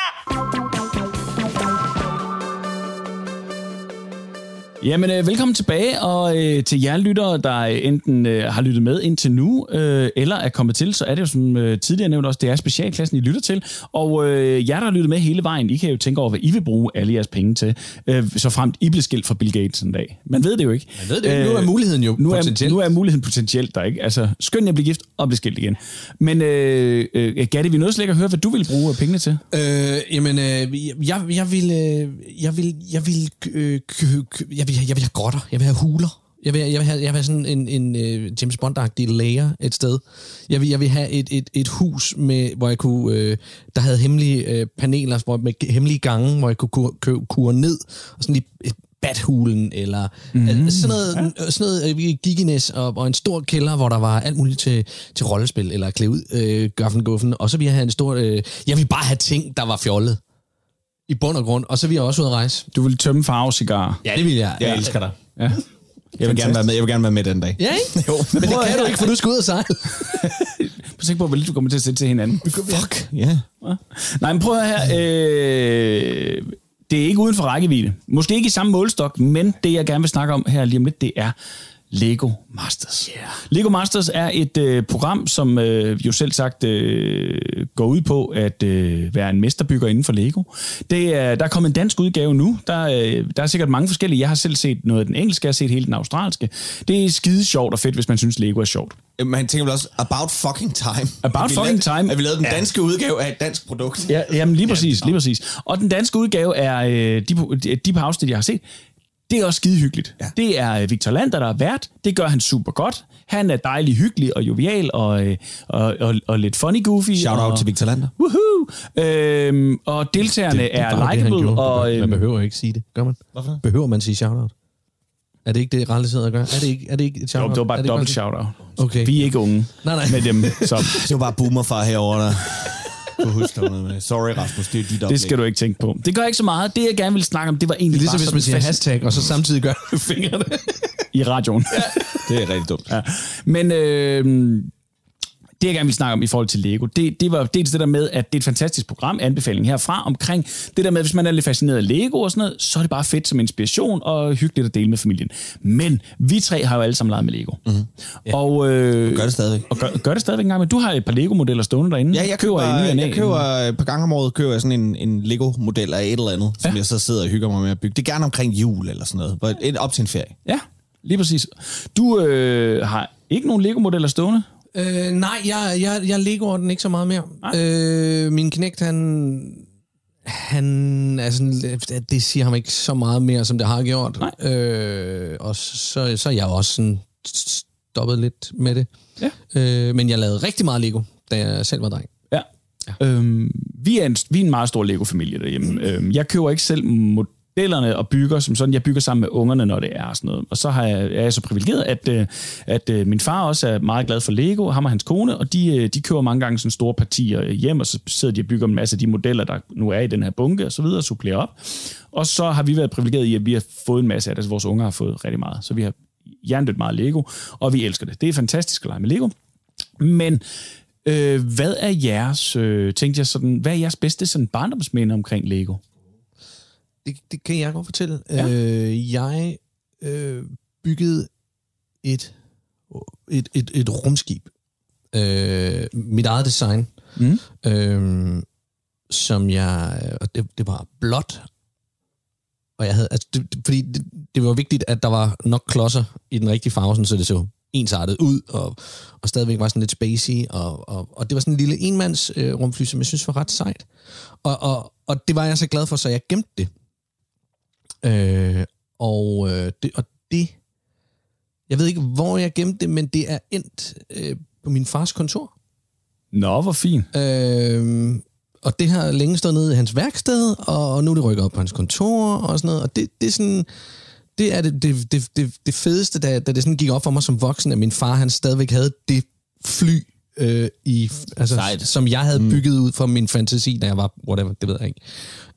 Jamen, velkommen tilbage, og til jer lyttere, der enten har lyttet med indtil nu, eller er kommet til, så er det jo som tidligere nævnt også, det er Specialklassen, I lytter til. Og jer, der har lyttet med hele vejen, I kan jo tænke over, hvad I vil bruge alle jeres penge til, så fremt I bliver skilt fra Bill Gates en dag. Man ved det jo ikke. Man ved det ikke. Nu er muligheden jo potentielt. Nu er muligheden potentielt der, ikke? Altså, skøn at blive gift og blive skilt igen. Men Gatti, vi nåede slet ikke at høre, hvad du ville bruge pengene til. Jeg vil have grotter. Jeg vil have huler. Jeg vil have sådan en James Bond-agtig layer et sted. Jeg vil have et hus, hvor jeg kunne, der havde hemmelige paneler, med hemmelige gange, hvor jeg kunne kure ned, og sådan et bathulen, eller sådan noget gigginess, og en stor kælder, hvor der var alt muligt til rollespil, eller klæde ud, guffen. Og så vil jeg have en stor... jeg vil bare have ting, der var fjollet. I bund og grund, og så vil jeg også ud at rejse. Du vil tømme farvecigarer. Ja, det vil jeg. Jeg elsker dig. Ja. Jeg vil gerne være med den dag. Ja, ikke? Jo. Men det kan du ikke, for du skal ud og sejle. sikker på, hvor lidt du kommer til at sætte til hinanden. Fuck, ja. Nej, men prøv her. Det er ikke uden for rækkevidde. Måske ikke i samme målestok, men det, jeg gerne vil snakke om her lige om lidt, det er Lego Masters. Yeah. Lego Masters er et program, som jo selv sagt går ud på at være en mesterbygger inden for Lego. Der er kommet en dansk udgave nu. Der er sikkert mange forskellige. Jeg har selv set noget af den engelske, jeg har set hele den australske. Det er skide sjovt og fedt, hvis man synes, Lego er sjovt. Man tænker vel også, about fucking time. About fucking time. At vi lavede den danske udgave af et dansk produkt. Ja, jamen lige præcis. Og den danske udgave er de par afsnit, jeg har set. Det er også skide hyggeligt. Ja. Det er Victor Lander, der er vært. Det gør han super godt. Han er dejlig hyggelig og jovial og lidt funny goofy. Shout out til Victor Lander. Woohoo! Og deltagerne er likeable. Og man behøver ikke sige det. Gør man? Hvorfor? Behøver man sige shout out? Er det ikke det, Ralle sidder og gør? Er det ikke et shout out? Det var bare et dobbelt shout out. Okay. Vi er ikke unge med dem. Så. Det var bare boomerfar herovre, der kunne huske noget med. Sorry, Rasmus, det er dit oplæg. Det skal du ikke tænke på. Det gør ikke så meget. Det, jeg gerne ville snakke om, det var egentlig det er ligesom, bare hvis man siger hashtag, og så samtidig gør fingrene. I radioen. Ja. Det er rigtig dumt. Ja. Men det, jeg gerne vil snakke om i forhold til Lego, det var dels det der med, at det er et fantastisk program, anbefaling herfra, omkring det der med, hvis man er lidt fascineret af Lego og sådan noget, så er det bare fedt som inspiration og hyggeligt at dele med familien. Men vi tre har jo alle sammen leget med Lego. Mm-hmm. Ja. Og gør det stadigvæk. Og gør det stadigvæk en gang, men du har et par Lego-modeller stående derinde. Ja, jeg køber et par gange om året køber jeg sådan en Lego-model af et eller andet, som jeg så sidder og hygger mig med at bygge. Det er gerne omkring jul eller sådan noget, op til en ferie. Ja, lige præcis. Du har ikke nogen Lego-modeller stående? Nej, jeg legoer den ikke så meget mere. Min knægt, han altså, det siger ham ikke så meget mere, som det har gjort. Og så er jeg også sådan stoppet lidt med det. Ja. Men jeg lavede rigtig meget Lego, da jeg selv var dreng. Ja. Vi er en meget stor Lego-familie derhjemme. Jeg køber ikke selv modellerne og bygger som sådan. Jeg bygger sammen med ungerne, når det er sådan noget. Og så er jeg så privilegeret, at min far også er meget glad for Lego, ham og hans kone, og de køber mange gange sådan store partier hjem, og så sidder de og bygger en masse af de modeller, der nu er i den her bunke, og så videre, og supplerer op. Og så har vi været privilegeret i, at vi har fået en masse af det, altså vores unger har fået rigtig meget. Så vi har hjernedødt meget Lego, og vi elsker det. Det er fantastisk at lege med Lego. Men hvad er jeres, tænkte jeg sådan, hvad er jeres bedste sådan barndomsminde omkring Lego? Det kan jeg godt fortælle. Ja. Jeg byggede et rumskib. Mit eget design. Som jeg... Og det var blåt. Og jeg havde... Altså, fordi det var vigtigt, at der var nok klodser i den rigtige farve, sådan, så det så ensartet ud, og stadigvæk var sådan lidt spacey, og det var sådan en lille enmands rumfly, som jeg synes var ret sejt. Og det var jeg så glad for, så jeg gemte det. Det jeg ved ikke, hvor jeg gemte det, men det er endt på min fars kontor. Nå, hvor fint. Og det har længe stået nede i hans værksted, og nu er det rykket op på hans kontor og sådan noget. Og det er sådan... Det er det fedeste, da det sådan gik op for mig som voksen, at min far, han stadigvæk havde det fly, som jeg havde bygget ud fra min fantasi, da jeg var, whatever, det ved jeg ikke.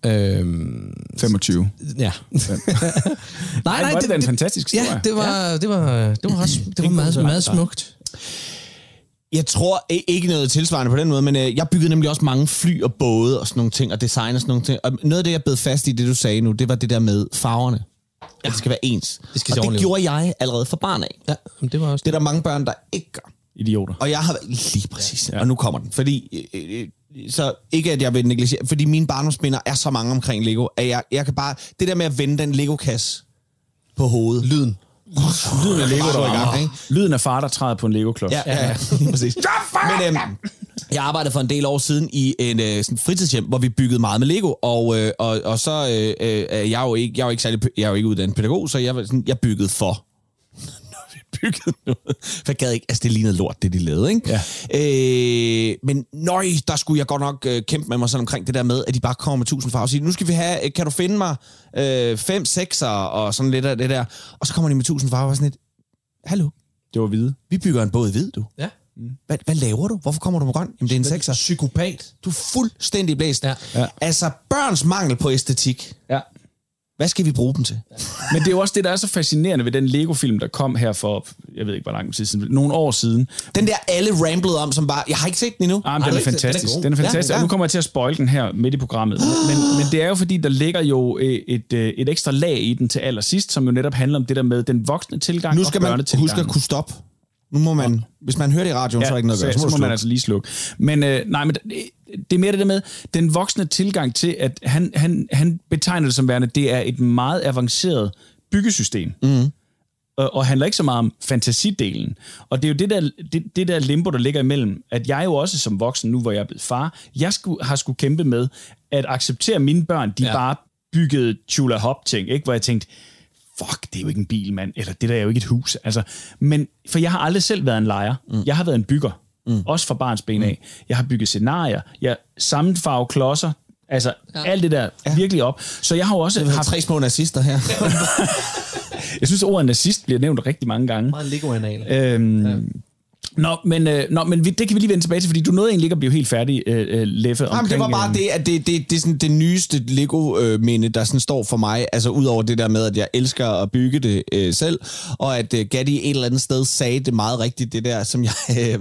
25. Ja. nej, det var en fantastisk historie. Ja, det var meget smukt. Jeg tror ikke noget tilsvarende på den måde, men jeg byggede nemlig også mange fly og både og sådan nogle ting, og design og sådan nogle ting. Og noget af det, jeg bed fast i, det du sagde nu, det var det der med farverne. At det skal være ens. Det gjorde jeg allerede fra barn af. Ja, men det var også det er der mange børn, der ikke gør. Idioter. Og jeg har lige præcis. Ja. Og nu kommer den. Fordi, så ikke at jeg vil negligere, fordi mine barndomsminder er så mange omkring Lego, at jeg kan bare, det der med at vende den Lego-kasse på hovedet. Lyden af Lego, der var i gang, ikke? Lyden af far, der træder på en Lego-klods. Ja, præcis. Men jeg arbejdede for en del år siden i en sådan fritidshjem, hvor vi byggede meget med Lego, og så jeg er jo ikke uddannet pædagog, så jeg byggede for. Bygget noget. For jeg gad ikke, altså det lignede lort, det de lavede, ikke? Ja. Men der skulle jeg godt nok kæmpe med mig sådan omkring det der med, at de bare kommer med 1000 farver og siger, nu skal vi have, kan du finde mig 5, 6'er og sådan lidt af det der. Og så kommer de med 1000 farver og sådan lidt, hallo? Det var hvide. Vi bygger en båd i hvid, du. Ja. Hvad laver du? Hvorfor kommer du med grøn? Jamen, det er en 6'er. Psykopat. Du er fuldstændig blæst. Ja. Altså, børns mangel på æstetik. Ja. Hvad skal vi bruge dem til? Men det er jo også det, der er så fascinerende ved den Lego-film, der kom her for, jeg ved ikke, hvor lang tid siden, nogle år siden. Den der alle ramblede om, som bare... Jeg har ikke set den endnu. Den er fantastisk. Den er fantastisk. Og nu kommer jeg til at spoil den her midt i programmet. Men det er jo fordi, der ligger jo et ekstra lag i den til allersidst, som jo netop handler om det der med den voksne tilgang nu skal og børnetilgang. man huske at kunne stoppe. Nu må man... Hvis man hører det i radioen, så er der ikke noget at gøre. Så må man altså lige slukke. Men nej, men det er mere det der med den voksne tilgang til, at han betegner det som værende, det er et meget avanceret byggesystem. Og handler ikke så meget om fantasidelen. Og det er jo det der limbo, der ligger imellem, at jeg jo også som voksen, nu hvor jeg er blevet far, har skulle kæmpe med at acceptere mine børn, de bare byggede chula hop ting, ikke? Hvor jeg tænkte, fuck, det er jo ikke en bil, mand, eller det der er jo ikke et hus. Altså, men, for jeg har aldrig selv været en lejer. Jeg har været en bygger. Også fra barns ben af. Jeg har bygget scenarier. Jeg sammenfarver klodser. Altså, alt det der virkelig op. Så jeg har jo også haft 3 små nazister her. Jeg synes, ordet nazist bliver nævnt rigtig mange gange. Meget Lego-anal. Nå, men det kan vi lige vende tilbage til, fordi du nåede egentlig ikke at blive helt færdig, Leffe. Jamen, det var bare det, at det er sådan det nyeste Lego-minde, der sådan står for mig, altså ud over det der med, at jeg elsker at bygge det selv, og at Gatti et eller andet sted sagde det meget rigtigt, det der, som jeg,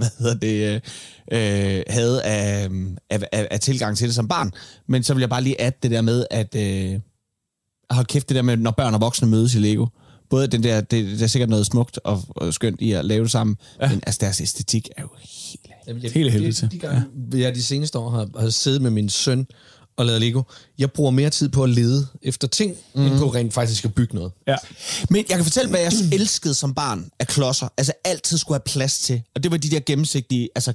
havde af tilgang til det som barn. Men så vil jeg bare lige adde det der med, at hold kæft, det der med, når børn og voksne mødes i Lego. Både den der, det er sikkert noget smukt og skønt i at lave det sammen, men altså deres æstetik er jo helt heldigt til. De gange, jeg de seneste år har siddet med min søn og lavet Lego, jeg bruger mere tid på at lede efter ting, end på rent faktisk at bygge noget. Ja. Men jeg kan fortælle, hvad jeg elskede som barn af klodser. Altså altid skulle have plads til. Og det var de der gennemsigtige, altså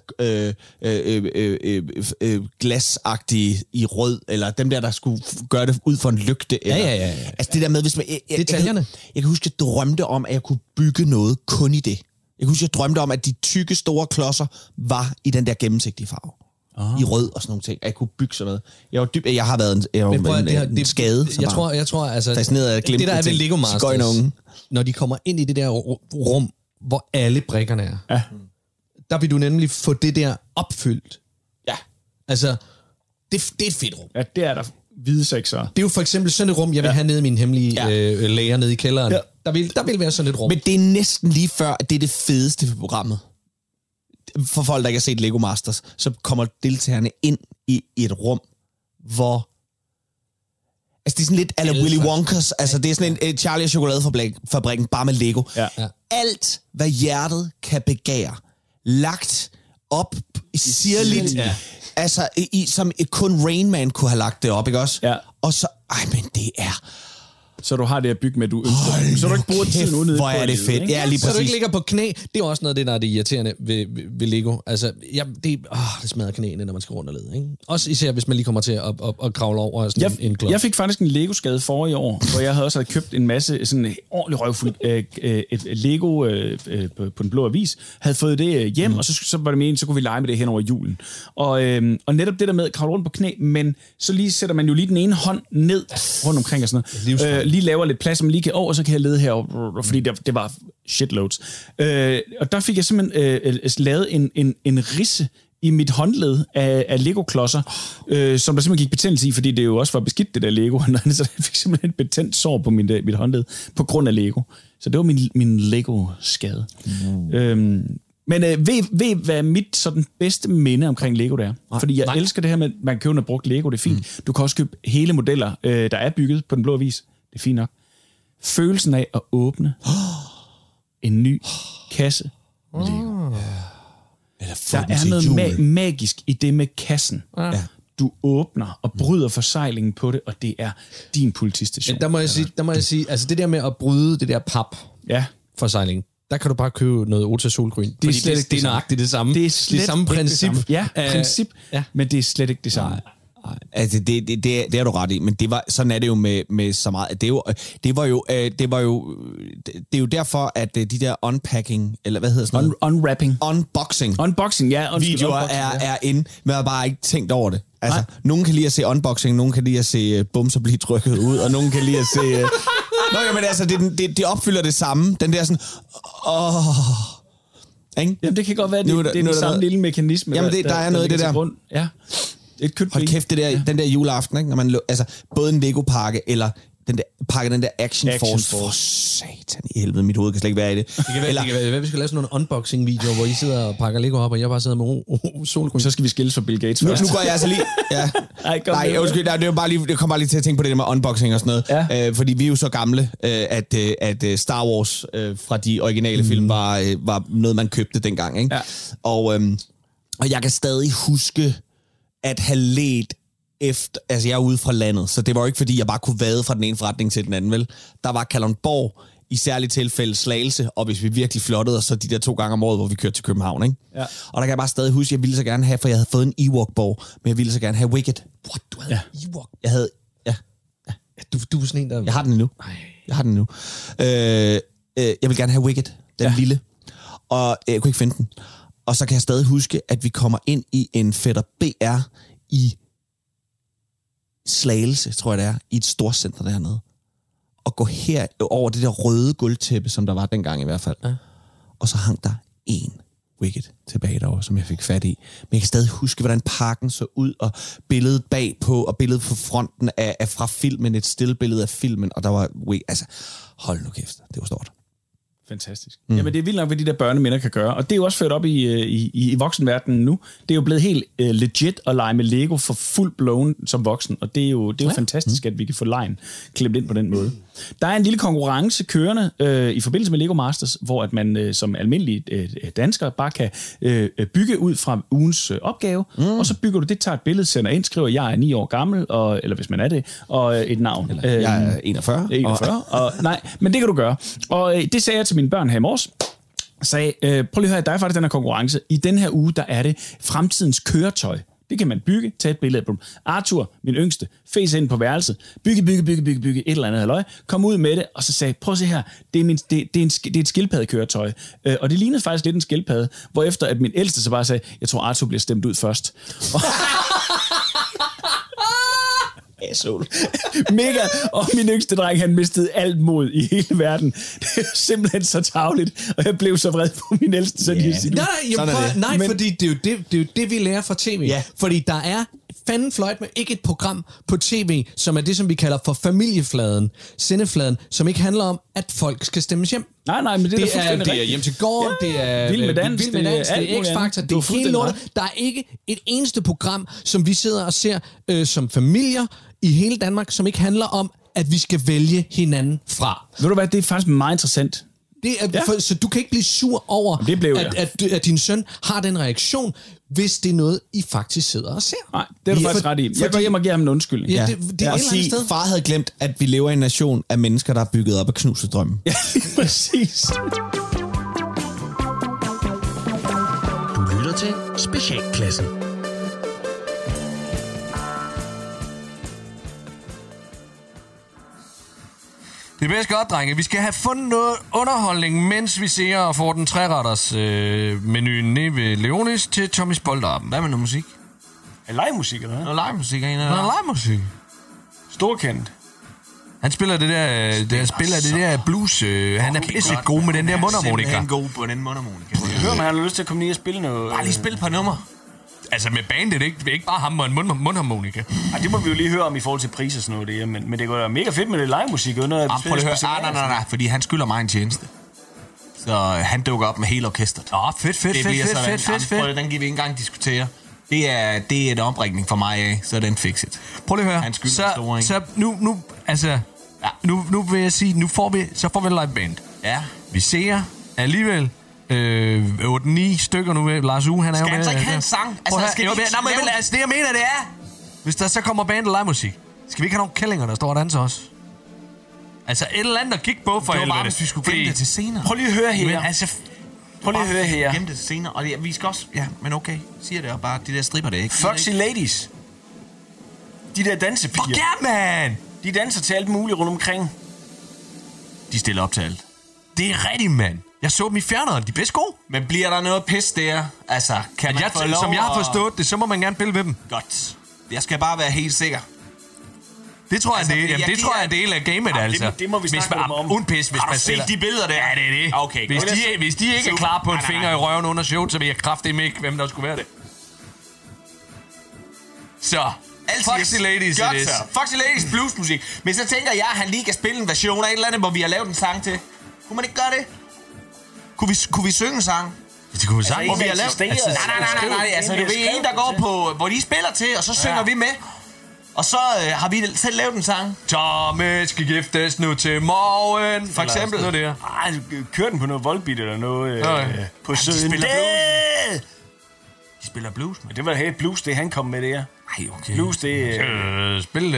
glasagtige i rød, eller dem der skulle gøre det ud for en lygte. Eller, altså det der med, hvis man... Detaljerne. Jeg kan huske, jeg drømte om, at jeg kunne bygge noget kun i det. Jeg kan huske, jeg drømte om, at de tykke, store klodser var i den der gennemsigtige farve. I rød og sådan nogle ting. Jeg kunne bygge sådan noget. Jeg har været en skade. Jeg tror altså, fascineret af det der er ved Lego Masters, når de kommer ind i det der rum, hvor alle brikkerne er, der vil du nemlig få det der opfyldt. Ja. Altså, det er et fedt rum. Ja, det er der hvide sekser. Det er jo for eksempel sådan et rum, jeg vil have nede i min hemmelige lager nede i kælderen. Ja. Der vil være sådan et rum. Men det er næsten lige før, at det er det fedeste ved programmet. For folk, der ikke har set Lego Masters, så kommer deltagerne ind i et rum, hvor... Altså, det er sådan lidt a la Willy Wonkas. Altså, det er sådan en Charlie og Chokoladefabrikken, bare med Lego. Ja. Alt, hvad hjertet kan begære, lagt op sirligt. Ja. Altså, som kun Rain Man kunne have lagt det op, ikke også? Ja. Og så... men det er... Så du har det at bygge med, du ønsker. Så du ikke bruger tiden ude nede. Hvor er det fedt. Ja, lige præcis. Så du ikke ligger på knæ. Det er også noget af det, der er det irriterende ved Lego. Altså, det smadrer knæene, når man skal rundt og lede. Ikke? Også især, hvis man lige kommer til at kravle over sådan en klod. Jeg fik faktisk en Lego-skade forrige år, hvor jeg havde også købt en masse sådan ordentlig røvfuld et Lego på den blå avis. Havde fået det hjem, og så var det meningen, så kunne vi lege med det hen over julen. Og netop det der med at kravle rundt på knæ, men så lige sætter man jo lige den ene hånd ned rundt omkring og sådan noget. Lige laver lidt plads, som lige kan og så kan jeg lede herover, fordi det var shitloads. Og der fik jeg simpelthen lavet en risse i mit håndled af Lego-klodser, som der simpelthen gik betændelse i, fordi det jo også var beskidt, det der Lego. Så jeg fik simpelthen et betændt sår på mit håndled, på grund af Lego. Så det var min Lego-skade. Men ved hvad mit sådan bedste minde omkring Lego det er? Fordi jeg elsker det her med, at man kan købe noget brugt Lego, det er fint. Du kan også købe hele modeller, der er bygget på den blå avis. Det er fint nok. Følelsen af at åbne en ny kasse Lego. Der er noget magisk i det med kassen. Ja. Du åbner og bryder forsejlingen på det, og det er din politistation. Der må jeg sige, altså det der med at bryde det der pap forsejling, der kan du bare købe noget Ota Solgryn. Det er slet ikke det nøjagtigt det samme. Det er slet det samme princip. Det samme. Ja, princip, men det er slet ikke det samme. Altså det er du ret i, men sådan er det jo med så meget. Det er jo derfor at de der unpacking eller hvad hedder sådan noget? Unboxing, ja. Videoer er inde, men jeg har bare ikke tænkt over det. Altså, nogen kan lide at se unboxing, nogen kan lide at se bumser blive trykket ud, og nogen kan lide at se... men altså, det opfylder det samme. Den der sådan... Ikke? Jamen, det kan godt være, det er den samme lille mekanisme. Jamen, der er noget i det der. Ja. Hold kæft, den der juleaften, ikke? Når man, altså, både en Lego-pakke eller den der Action Force. For satan i helvede, mit hoved kan slet ikke være i det. Det kan være, vi skal lave sådan nogle unboxing-videoer, hvor I sidder og pakker Lego op, og jeg bare sidder med solgrøn. Så skal vi skilles fra Bill Gates først. Nu går jeg altså lige... Ja. Nej, undskyld, det kommer bare lige til at tænke på det der med unboxing og sådan noget. Ja. Fordi vi er jo så gamle, at Star Wars fra de originale film var noget, man købte dengang. Ikke? Ja. Og jeg kan stadig huske at have ledt efter... Altså, jeg er ude fra landet, så det var jo ikke, fordi jeg bare kunne vade fra den ene forretning til den anden, vel? Der var Kalundborg, i særligt tilfælde Slagelse, og hvis vi virkelig flottede os, så de der 2 gange om året, hvor vi kørte til København, ikke? Ja. Og der kan jeg bare stadig huske, at jeg ville så gerne have, for jeg havde fået en Ewok-borg, men jeg ville så gerne have Wicket. What? Du havde Ewok? Jeg havde... Ja. Du er sådan en, der... Jeg har den endnu. Jeg har den endnu. Jeg vil gerne have Wicket, den lille. Og jeg kunne ikke finde den. Og så kan jeg stadig huske, at vi kommer ind i en Fætter BR i Slagelse, tror jeg det er, i et storcenter dernede. Og gå her over det der røde gulvtæppe, som der var dengang i hvert fald. Ja. Og så hang der en Wicket tilbage derovre, som jeg fik fat i. Men jeg kan stadig huske, hvordan parken så ud, og billedet bagpå, og billedet på fronten af fra filmen, et stillbillede af filmen, og der var Wicket. Altså, hold nu kæft, det var stort. Fantastisk. Jamen, det er vildt nok, hvad de der børneminder kan gøre. Og det er jo også ført op i voksenverdenen nu. Det er jo blevet helt legit at lege med Lego for fuld blown som voksen. Og det er jo fantastisk, at vi kan få lejen klemt ind på den måde. Der er en lille konkurrence kørende i forbindelse med Lego Masters, hvor at man som almindelig dansker bare kan bygge ud fra ugens opgave. Og så bygger du det, tager et billede, sender ind, skriver, jeg er 9 år gammel, eller hvis man er det, og et navn. Eller, jeg er 41. 41. Nej, men det kan du gøre. Og det sagde jeg til mine børn her i morges. Sagde, prøv lige at høre, der er faktisk den her konkurrence. I den her uge, der er det fremtidens køretøj. Det kan man bygge, tage et billede af dem. Arthur, min yngste, fæs ind på værelset, bygge, et eller andet halløj, kom ud med det, og så sagde, prøv at se her, det er et skildpaddekøretøj. Og det lignede faktisk lidt en skildpadde, hvorefter at min ældste så bare sagde, jeg tror Arthur bliver stemt ud først. Mega. Og min yngste dreng, han mistede alt mod i hele verden. Det er simpelthen så tarveligt, og jeg blev så vred på min ældste søn. Nej, fordi det er jo det, vi lærer fra tv. Yeah. Fordi der er fanden fløjt med ikke et program på tv, som er det, som vi kalder for familiefladen, sendefladen, som ikke handler om, at folk skal stemmes hjem. Nej, men det er Hjem til gården, det er Vild med dans, det er X-Factor, det er hele lortet. Der er ikke et eneste program, som vi sidder og ser som familier i hele Danmark, som ikke handler om, at vi skal vælge hinanden fra. Ved du hvad, det er faktisk meget interessant. Så du kan ikke blive sur over, at din søn har den reaktion, hvis det er noget, I faktisk sidder og ser. Nej, det er du faktisk ret i. Jeg går hjem og giver ham en undskyldning. Ja, det er et eller andet far havde glemt, at vi lever i en nation af mennesker, der er bygget op af knuste drømme. Ja, præcis. Du lytter til Specialklassen. Det er bedst godt, drenge. Vi skal have fundet noget underholdning, mens vi ser og får den 3-retters menuen ned ved Leonis til Tommys Boldarten. Hvad med noget musik? Live-musik, eller hvad? Noget live-musik, live-musik. Storkendt. Han spiller det der blues. Han er pisse god med den der mundharmonika. Han er god på den mundharmonika. Hør mig, han har lyst til at komme ned og spille noget. Bare lige spille et par numre. Altså med bandet, det er ikke bare ham og en mundharmonika. Ej, det må vi jo lige høre om i forhold til pris og sådan noget der, men det går da mega fedt med det live-musik. Prøv at høre. Nej, fordi han skylder mig en tjeneste. Så han dukker op med hele orkestret. Fedt. Den kan vi ikke engang diskutere. Det er en oprækning for mig af, så er den fikset. Prøv lige at høre. Han skylder store, ikke? Så nu vil jeg sige, nu får vi live band. Ja. Vi ser alligevel 8-9 stykker nu. Lars Uge, han er jo med. Skal han så ikke have en sang? Det jeg mener, det er, hvis der så kommer band og live musik, skal vi ikke have nogle kællinger, der står og danser også? Altså et eller andet at kigge på for helvede. Det var bare, hvis vi skulle gemme det til senere. Prøv lige at høre her. Gemme det til senere. Og vi skal også... Ja, men okay. Siger det og bare, de der stripper det ikke. Foxy Ladies. De der dansepiger. Fuck yeah, man! De danser til alt muligt rundt omkring. De stiller op til alt. Det er rigtigt, mand. Jeg så dem i fjerneren. De er bedst gode. Men bliver der noget pis der? Altså, kan man få lov? Som jeg har forstået det, så må man gerne pille ved dem. Godt. Jeg skal bare være helt sikker. Det tror jeg, det tror jeg er en del af gamet, altså. Det må vi snakke om. Uden pis, hvis man set de billeder der? Ja, det er det. Okay. Hvis de ikke er klar på en finger i røven under showet, så vil jeg kraftedeme ikke, hvem der skulle være det. Så. Foxy Ladies it is. Foxy Ladies bluesmusik. Men så tænker jeg, at han lige kan spille en version af et eller andet, hvor vi har lavet en sang til. Kunne man ikke gøre det? Kunne vi synge en sang? Det kunne vi sagtens. Hvor vi har lavet... Nej. Altså, det er en, der går på... Hvor de spiller til, og så synger vi med. Og så har vi selv lavet en sang. Thomas skal giftes nu til morgen. For eksempel. Noget der. Ej, kør den på noget voldbeat eller noget på søndag. De spiller blues. Men det var helt blues, det han kom med der. Ej, okay. Blues, det... Spil...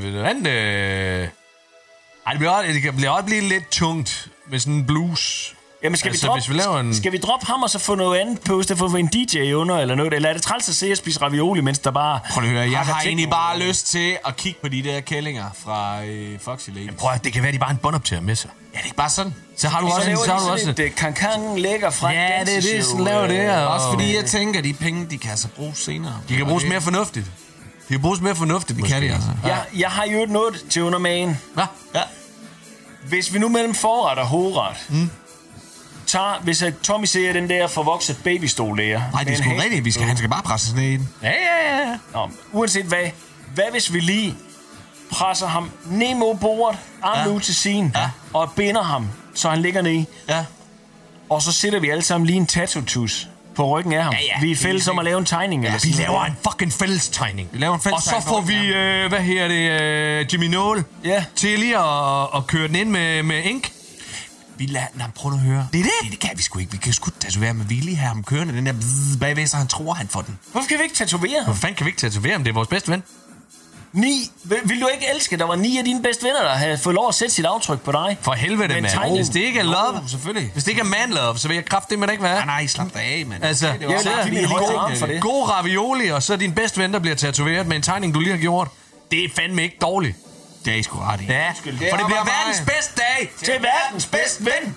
det kan også blive lidt tungt med sådan en blues. Jamen, skal vi droppe ham og så få noget andet på, så få en DJ under eller noget? Eller er det træls at se at spise ravioli, mens der bare... Prøv at høre, jeg har egentlig bare lyst til at kigge på de der kællinger fra Foxy Ladies. Prøv at det kan være, de bare en båndoptager med sig. Ja, det er ikke bare sådan. Så har du også... Det kan lægger fra ja, det er det, sådan laver det her. Også fordi jeg tænker, at de penge, de kan altså bruges senere. De kan bruges mere fornuftigt. De kan bruges mere fornuftigt, det kan de altså. Jeg har jo noget til undermagen. Hvad? Ja. Hvis vi nu mellem forret og hovedret... hvis Tommy ser den der forvokset babystol der... Nej, det er sgu rigtigt. Han skal bare presse ned i den. Ja. Nå, uanset hvad hvis vi lige presser ham ned mod bordet, armen ud til siden, og binder ham, så han ligger ned. Ja. Og så sætter vi alle sammen lige en tattoo-tus på ryggen af ham. Ja. Vi er fælles om at lave en tegning. Eller vi laver en fucking fælles tegning. Og så får vi, Jimmy Nåle til lige at køre den ind med ink. Prøv at høre. Det kan vi sgu ikke. Vi kan sgu tatovere med Willy her om kørende. Den der bagved, så han tror, han får den. Hvorfor kan vi ikke tatovere ham? Hvorfor fanden kan vi ikke tatovere ham? Det er vores bedste ven. 9. Vil du ikke elske, der var 9 af dine bedste venner, der havde fået lov at sætte sit aftryk på dig? For helvede, mand. Hvis det ikke er love, selvfølgelig. Hvis det ikke er man love, så vil jeg kraft det med ikke være. Nej, slap dig af, mand. Altså, god ravioli, og så din bedste ven, der bliver tatoveret med en tegning, du lige har gjort. Det er fandme ikke dårligt. Det er sgu ret i. Ja, for det bliver verdens bedste dag til verdens bedste ven.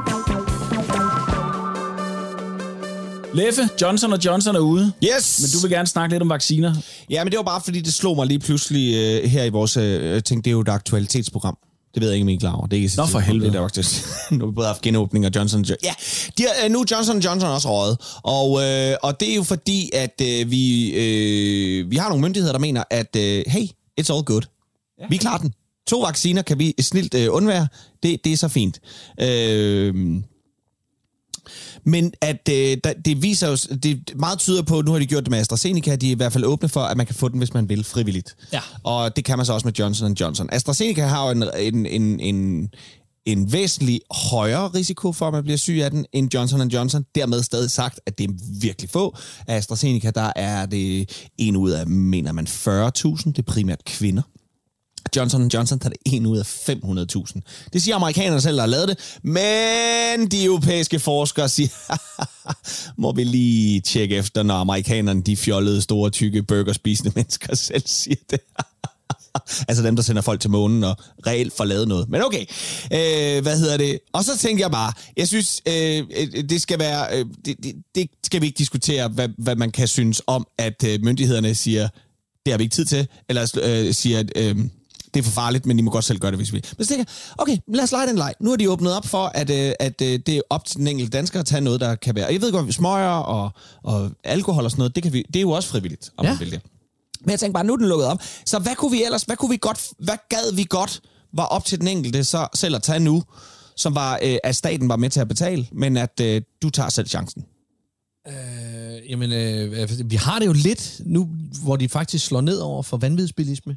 Leffe, Johnson er ude. Yes! Men du vil gerne snakke lidt om vacciner. Ja, men det var bare, fordi det slog mig lige pludselig her i vores... jeg tænkte, det er jo et aktualitetsprogram. Det ved jeg ikke, om I er klar over. Det er ikke nå, for helvede. Det er faktisk... Nu har vi både haft genåbning af Johnson. Ja, nu er Johnson også røget. Og det er jo fordi, at vi har nogle myndigheder, der mener, at hey, it's all good. Ja. Vi klarer den. 2 vacciner kan vi snilt undvære. Det er så fint. Men at det viser jo, det meget tyder på, nu har de gjort det med AstraZeneca, de er i hvert fald åbne for, at man kan få den, hvis man vil, frivilligt. Ja. Og det kan man så også med Johnson & Johnson. AstraZeneca har jo en væsentlig højere risiko for, at man bliver syg af den, end Johnson & Johnson. Dermed stadig sagt, at det er virkelig få. Af AstraZeneca, der er det en ud af, mener man, 40.000. Det er primært kvinder. Johnson & Johnson, der er det 1 ud af 500.000. Det siger amerikanerne selv, der har lavet det. Men de europæiske forskere siger, må vi lige tjekke efter, når amerikanerne, de fjollede, store, tykke, burgerspisende mennesker selv siger det. Altså dem, der sender folk til månen og reelt får lavet noget. Men okay, Og så tænker jeg bare, jeg synes, det skal være, det skal vi ikke diskutere, hvad man kan synes om, at myndighederne siger, det har vi ikke tid til, eller siger, at det er for farligt, men I må godt selv gøre det, hvis vi... Men så tænker jeg, okay, lad os lege den leg. Nu har de åbnet op for, at det er op til den enkelte dansker at tage noget, der kan være... Og jeg ved godt, smøger og alkohol og sådan noget, det er jo også frivilligt, om man vil det. Men jeg tænker bare, nu er den lukket op. Så hvad gad vi godt var op til den enkelte så selv at tage nu, som var, at staten var med til at betale, men at du tager selv chancen? Vi har det jo lidt nu, hvor de faktisk slår ned over for vanvidsbilisme.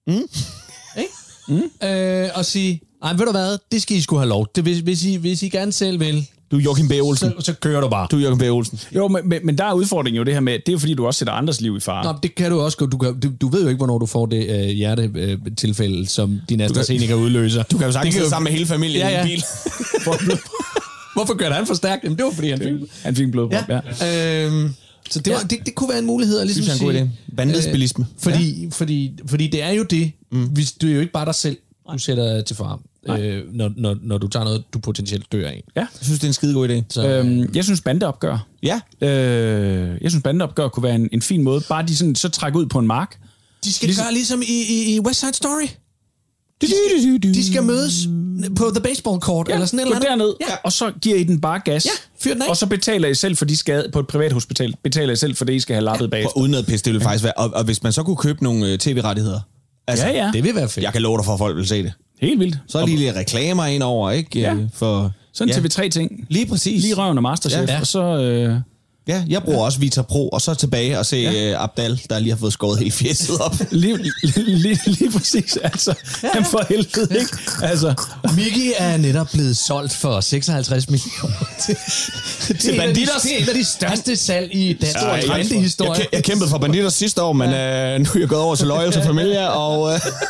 Og sige, nej, ved du hvad, det skal I sgu have lov. Hvis I gerne selv vil, du er Joachim B. Olsen. Så kører du bare. Du er Joachim B. Olsen. Jo, men der er udfordringen jo det her med, det er jo fordi, du også sætter andres liv i fare. Nå, det kan du også. Du ved jo ikke, hvornår du får det hjertetilfælde, som din AstraZeneca udløser. Du kan jo sagtens sidde sammen med hele familien i en bil. Hvorfor gør han for stærkt? Jamen, det var fordi, han fik en blodprop, så det kunne være en mulighed at ligesom sige... Det er en god idé. Vanvidsbilisme. Fordi det er jo det. Hvis du er jo ikke bare dig selv, du sætter til fare. Når du tager noget, du potentielt dør af. Ja. Jeg synes, det er en skide god idé. Jeg synes, bandeopgør. Ja. Jeg synes, bandeopgør kunne være en fin måde. Bare de sådan, så trække ud på en mark. De skal gøre ligesom i West Side Story. De skal mødes på the baseball court, eller sådan noget. Gå derned, og så giver I den bare gas. Ja, fyr den af. Og så betaler I selv for de skade på et privathospital. Betaler I selv for det, I skal have lappet bag. Uden noget pis, det ville faktisk være. Og hvis man så kunne købe nogle tv-rettigheder. Altså, ja. Det vil være fedt. Jeg kan love dig for, at folk vil se det. Helt vildt. Så er lige lidt reklamer ind over, ikke? Ja. For, sådan TV3-ting. Lige præcis. Lige røven og Masterchef, og så... Ja, jeg bruger også Vita Pro, og så tilbage og se Abdal, der lige har fået skåret helt fjeset op. lige præcis, altså. Han for helvede, ikke? Altså. Mickey er netop blevet solgt for 56 millioner til Bandidos. Det er en af de største salg i dansk trendehistorie. Jeg kæmpede for Bandidos sidste år, men nu er jeg gået over til Loyal til Familia, og...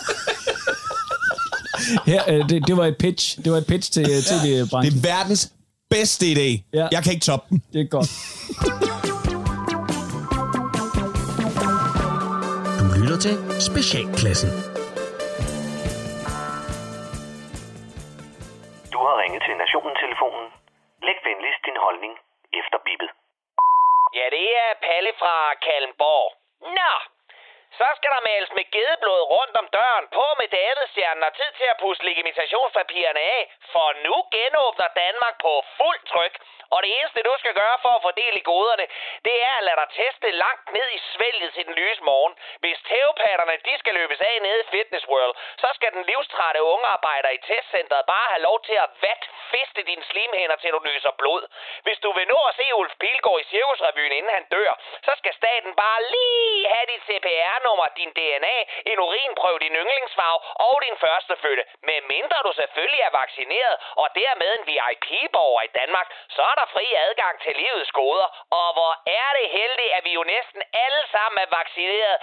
Det var et pitch. Det var et pitch til tv-branchen. Det er verdens bedste idé. Ja. Jeg kan ikke toppe den. Det er godt. Du lytter til Specialklassen. Du har ringet til Nationen-telefonen. Læg venligst din holdning efter bippet. Ja, det er Palle fra Kalmborg. Nå, så skal der males med gedeblod rundt om døren, på med Davidsstjernen og tid til at puste legitimationspapirerne af, for nu genåbner Danmark på fuld tryk. Og det eneste, du skal gøre for at fordele goderne, det er at lade dig teste langt ned i svælget til den lyse morgen. Hvis tævepatterne, de skal løbes af nede i Fitness World, så skal den livstrætte ungearbejder i testcenteret bare have lov til at vatfiste dine slimhænder, til du nyser blod. Hvis du vil nå at se Ulf Pilgaard i Cirkusrevyen, inden han dør, så skal staten bare lige have dit CPR-nummer, din DNA, en urinprøve, din yndlingsfarve og din førstefødte. Men mindre du selvfølgelig er vaccineret, og dermed en VIP-borger i Danmark, så er der fri adgang til livets goder. Og hvor er det heldigt, at vi jo næsten alle sammen er vaccineret.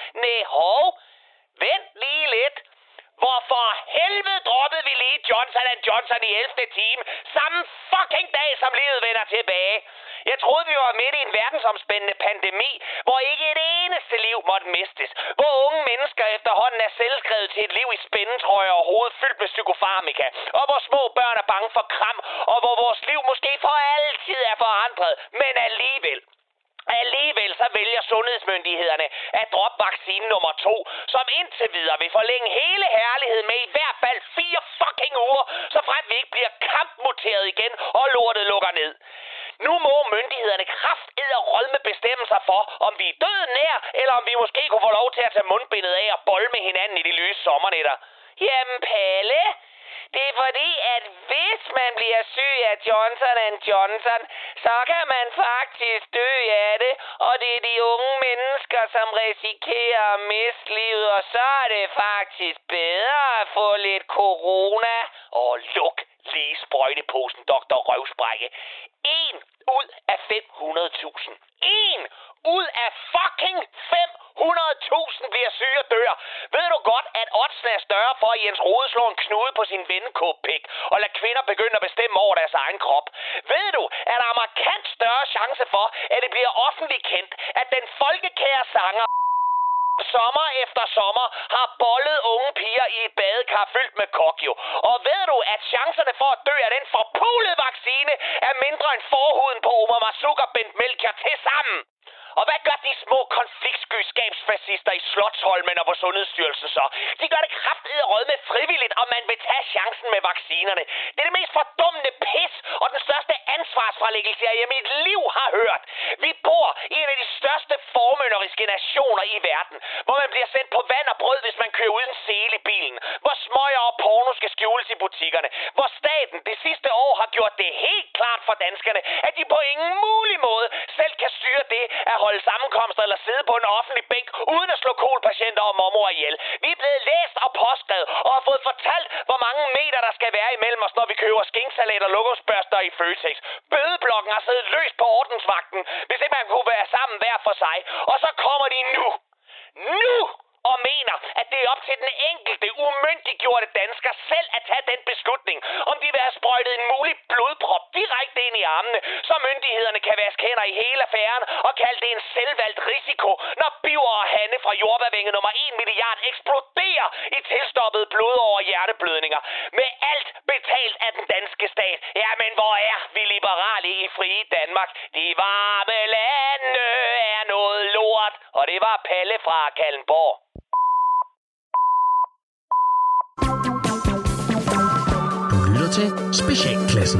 Vent lige lidt. Hvorfor helvede droppede vi lige Johnson & Johnson i 11. time, samme fucking dag, som livet vender tilbage? Jeg troede, vi var midt i en verdensomspændende pandemi, hvor ikke et eneste liv måtte mistes. Hvor unge mennesker efterhånden er selvskrevet til et liv i spændetrøjer og hovedet fyldt med psykofarmika. Og hvor små børn er bange for kram, og hvor vores liv måske for altid er forandret. Men alligevel så vælger sundhedsmyndighederne at droppe vaccine nummer 2, som indtil videre vil forlænge hele herligheden med i hvert fald 4 fucking uger, så frem vi ikke bliver kampmuteret igen og lortet lukker ned. Nu må myndighederne kraftedderrødme bestemme sig for, om vi er døden nær, eller om vi måske kunne få lov til at tage mundbindet af og bolle med hinanden i de lyse sommernetter. Jamen Palle, det er fordi, at hvis man bliver syg af Johnson & Johnson, så kan man faktisk dø af det, og det er de unge mennesker, som risikerer at miste livet, og så er det faktisk bedre at få lidt corona. Og luk lige sprøjteposen, Dr. Røvsprække. 1 ud af 500.000. 1 ud af fucking 500.000 bliver syge og dør. Ved du godt, at oddsen er større for, at Jens Rode slår en knude på sin vennekåbpik og lader kvinder begynde at bestemme over deres egen krop? Ved du, at der er markant større chance for, at det bliver offentligt kendt, at den folkekære sanger sommer efter sommer har bollet unge piger i et badekar fyldt med kokjo? Og ved du, at chancerne for at dø af den forpulede vaccine er mindre end forhuden på Omar Masuk og Bent Melchior til sammen? Og hvad gør de små konfliktsky skabsfascister i Slotsholmen og på Sundhedsstyrelsen så? De gør det kraftedderrødme frivilligt, og man vil tage chancen med vaccinerne. Det er det mest fordummende pis og den største ansvarsfralæggelse, jeg i mit liv har hørt. Vi bor i en af de største formynderiske nationer i verden, hvor man bliver sendt på vand og brød, hvis man kører uden sele i bilen. Hvor smøger og porno skal skjules i butikkerne. Hvor staten det sidste år har gjort det helt klart for danskerne, at de på ingen mulig måde selv kan styre det at holde sammenkomster eller sidde på en offentlig bænk uden at slå kolpatienter og mormor ihjel. Vi er blevet læst og påskrevet og har fået fortalt, hvor mange meter der skal være imellem os, når vi køber skinksalat og lokumsbørster i Føtex. Bødeblokken har siddet løs på ordensvagten, hvis ikke man kunne være sammen hver for sig. Og så kommer de nu og mener, at det er op til den enkelte umyndiggjorte dansker selv at tage den beslutning, om de vil have sprøjtet en mulig blodprop direkte ind i armene, så myndighederne kan vaske hænder i hele affæren og kalde det en selvvalgt risiko, når Biver og Hanne fra jordbærvinge nummer 1 milliard eksploderer i tilstoppede blod over hjerteblødninger. Med alt betalt af den danske stat. Jamen hvor er vi liberale i frie Danmark? De varme lande er noget lort. Og det var Palle fra Kalmborg. Du til Specialklassen.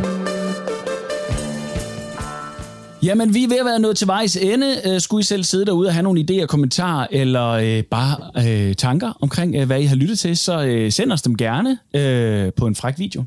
Jamen, vi er ved at være nået til vejs ende. Skulle I selv sidde derude og have nogle idéer, kommentarer eller bare tanker omkring, hvad I har lyttet til, så send os dem gerne på en fræk video.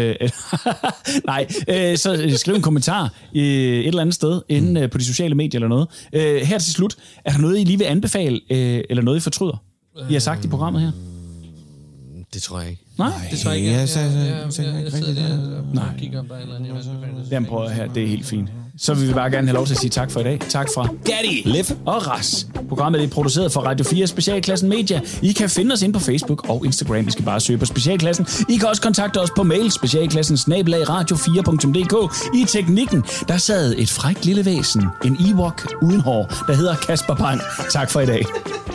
Så skriv en kommentar et eller andet sted inde på de sociale medier eller noget. Her til slut, er der noget, I lige vil anbefale, eller noget, I fortryder? I har sagt i programmet her? Det tror jeg ikke. Nej? Det tror jeg ikke. Jeg sidder der og kigger på et eller andet. Jamen prøv her, det er helt fint. Så vil vi bare gerne have lov til at sige tak for i dag. Tak fra Gatti, Leffe og Ras. Programmet er produceret for Radio 4 Specialklassen Media. I kan finde os ind på Facebook og Instagram. I skal bare søge på Specialklassen. I kan også kontakte os på mail, specialklassen@radio4.dk. I teknikken, der sad et frækt lille væsen, en Ewok uden hår, der hedder Kasper Bang. Tak for i dag.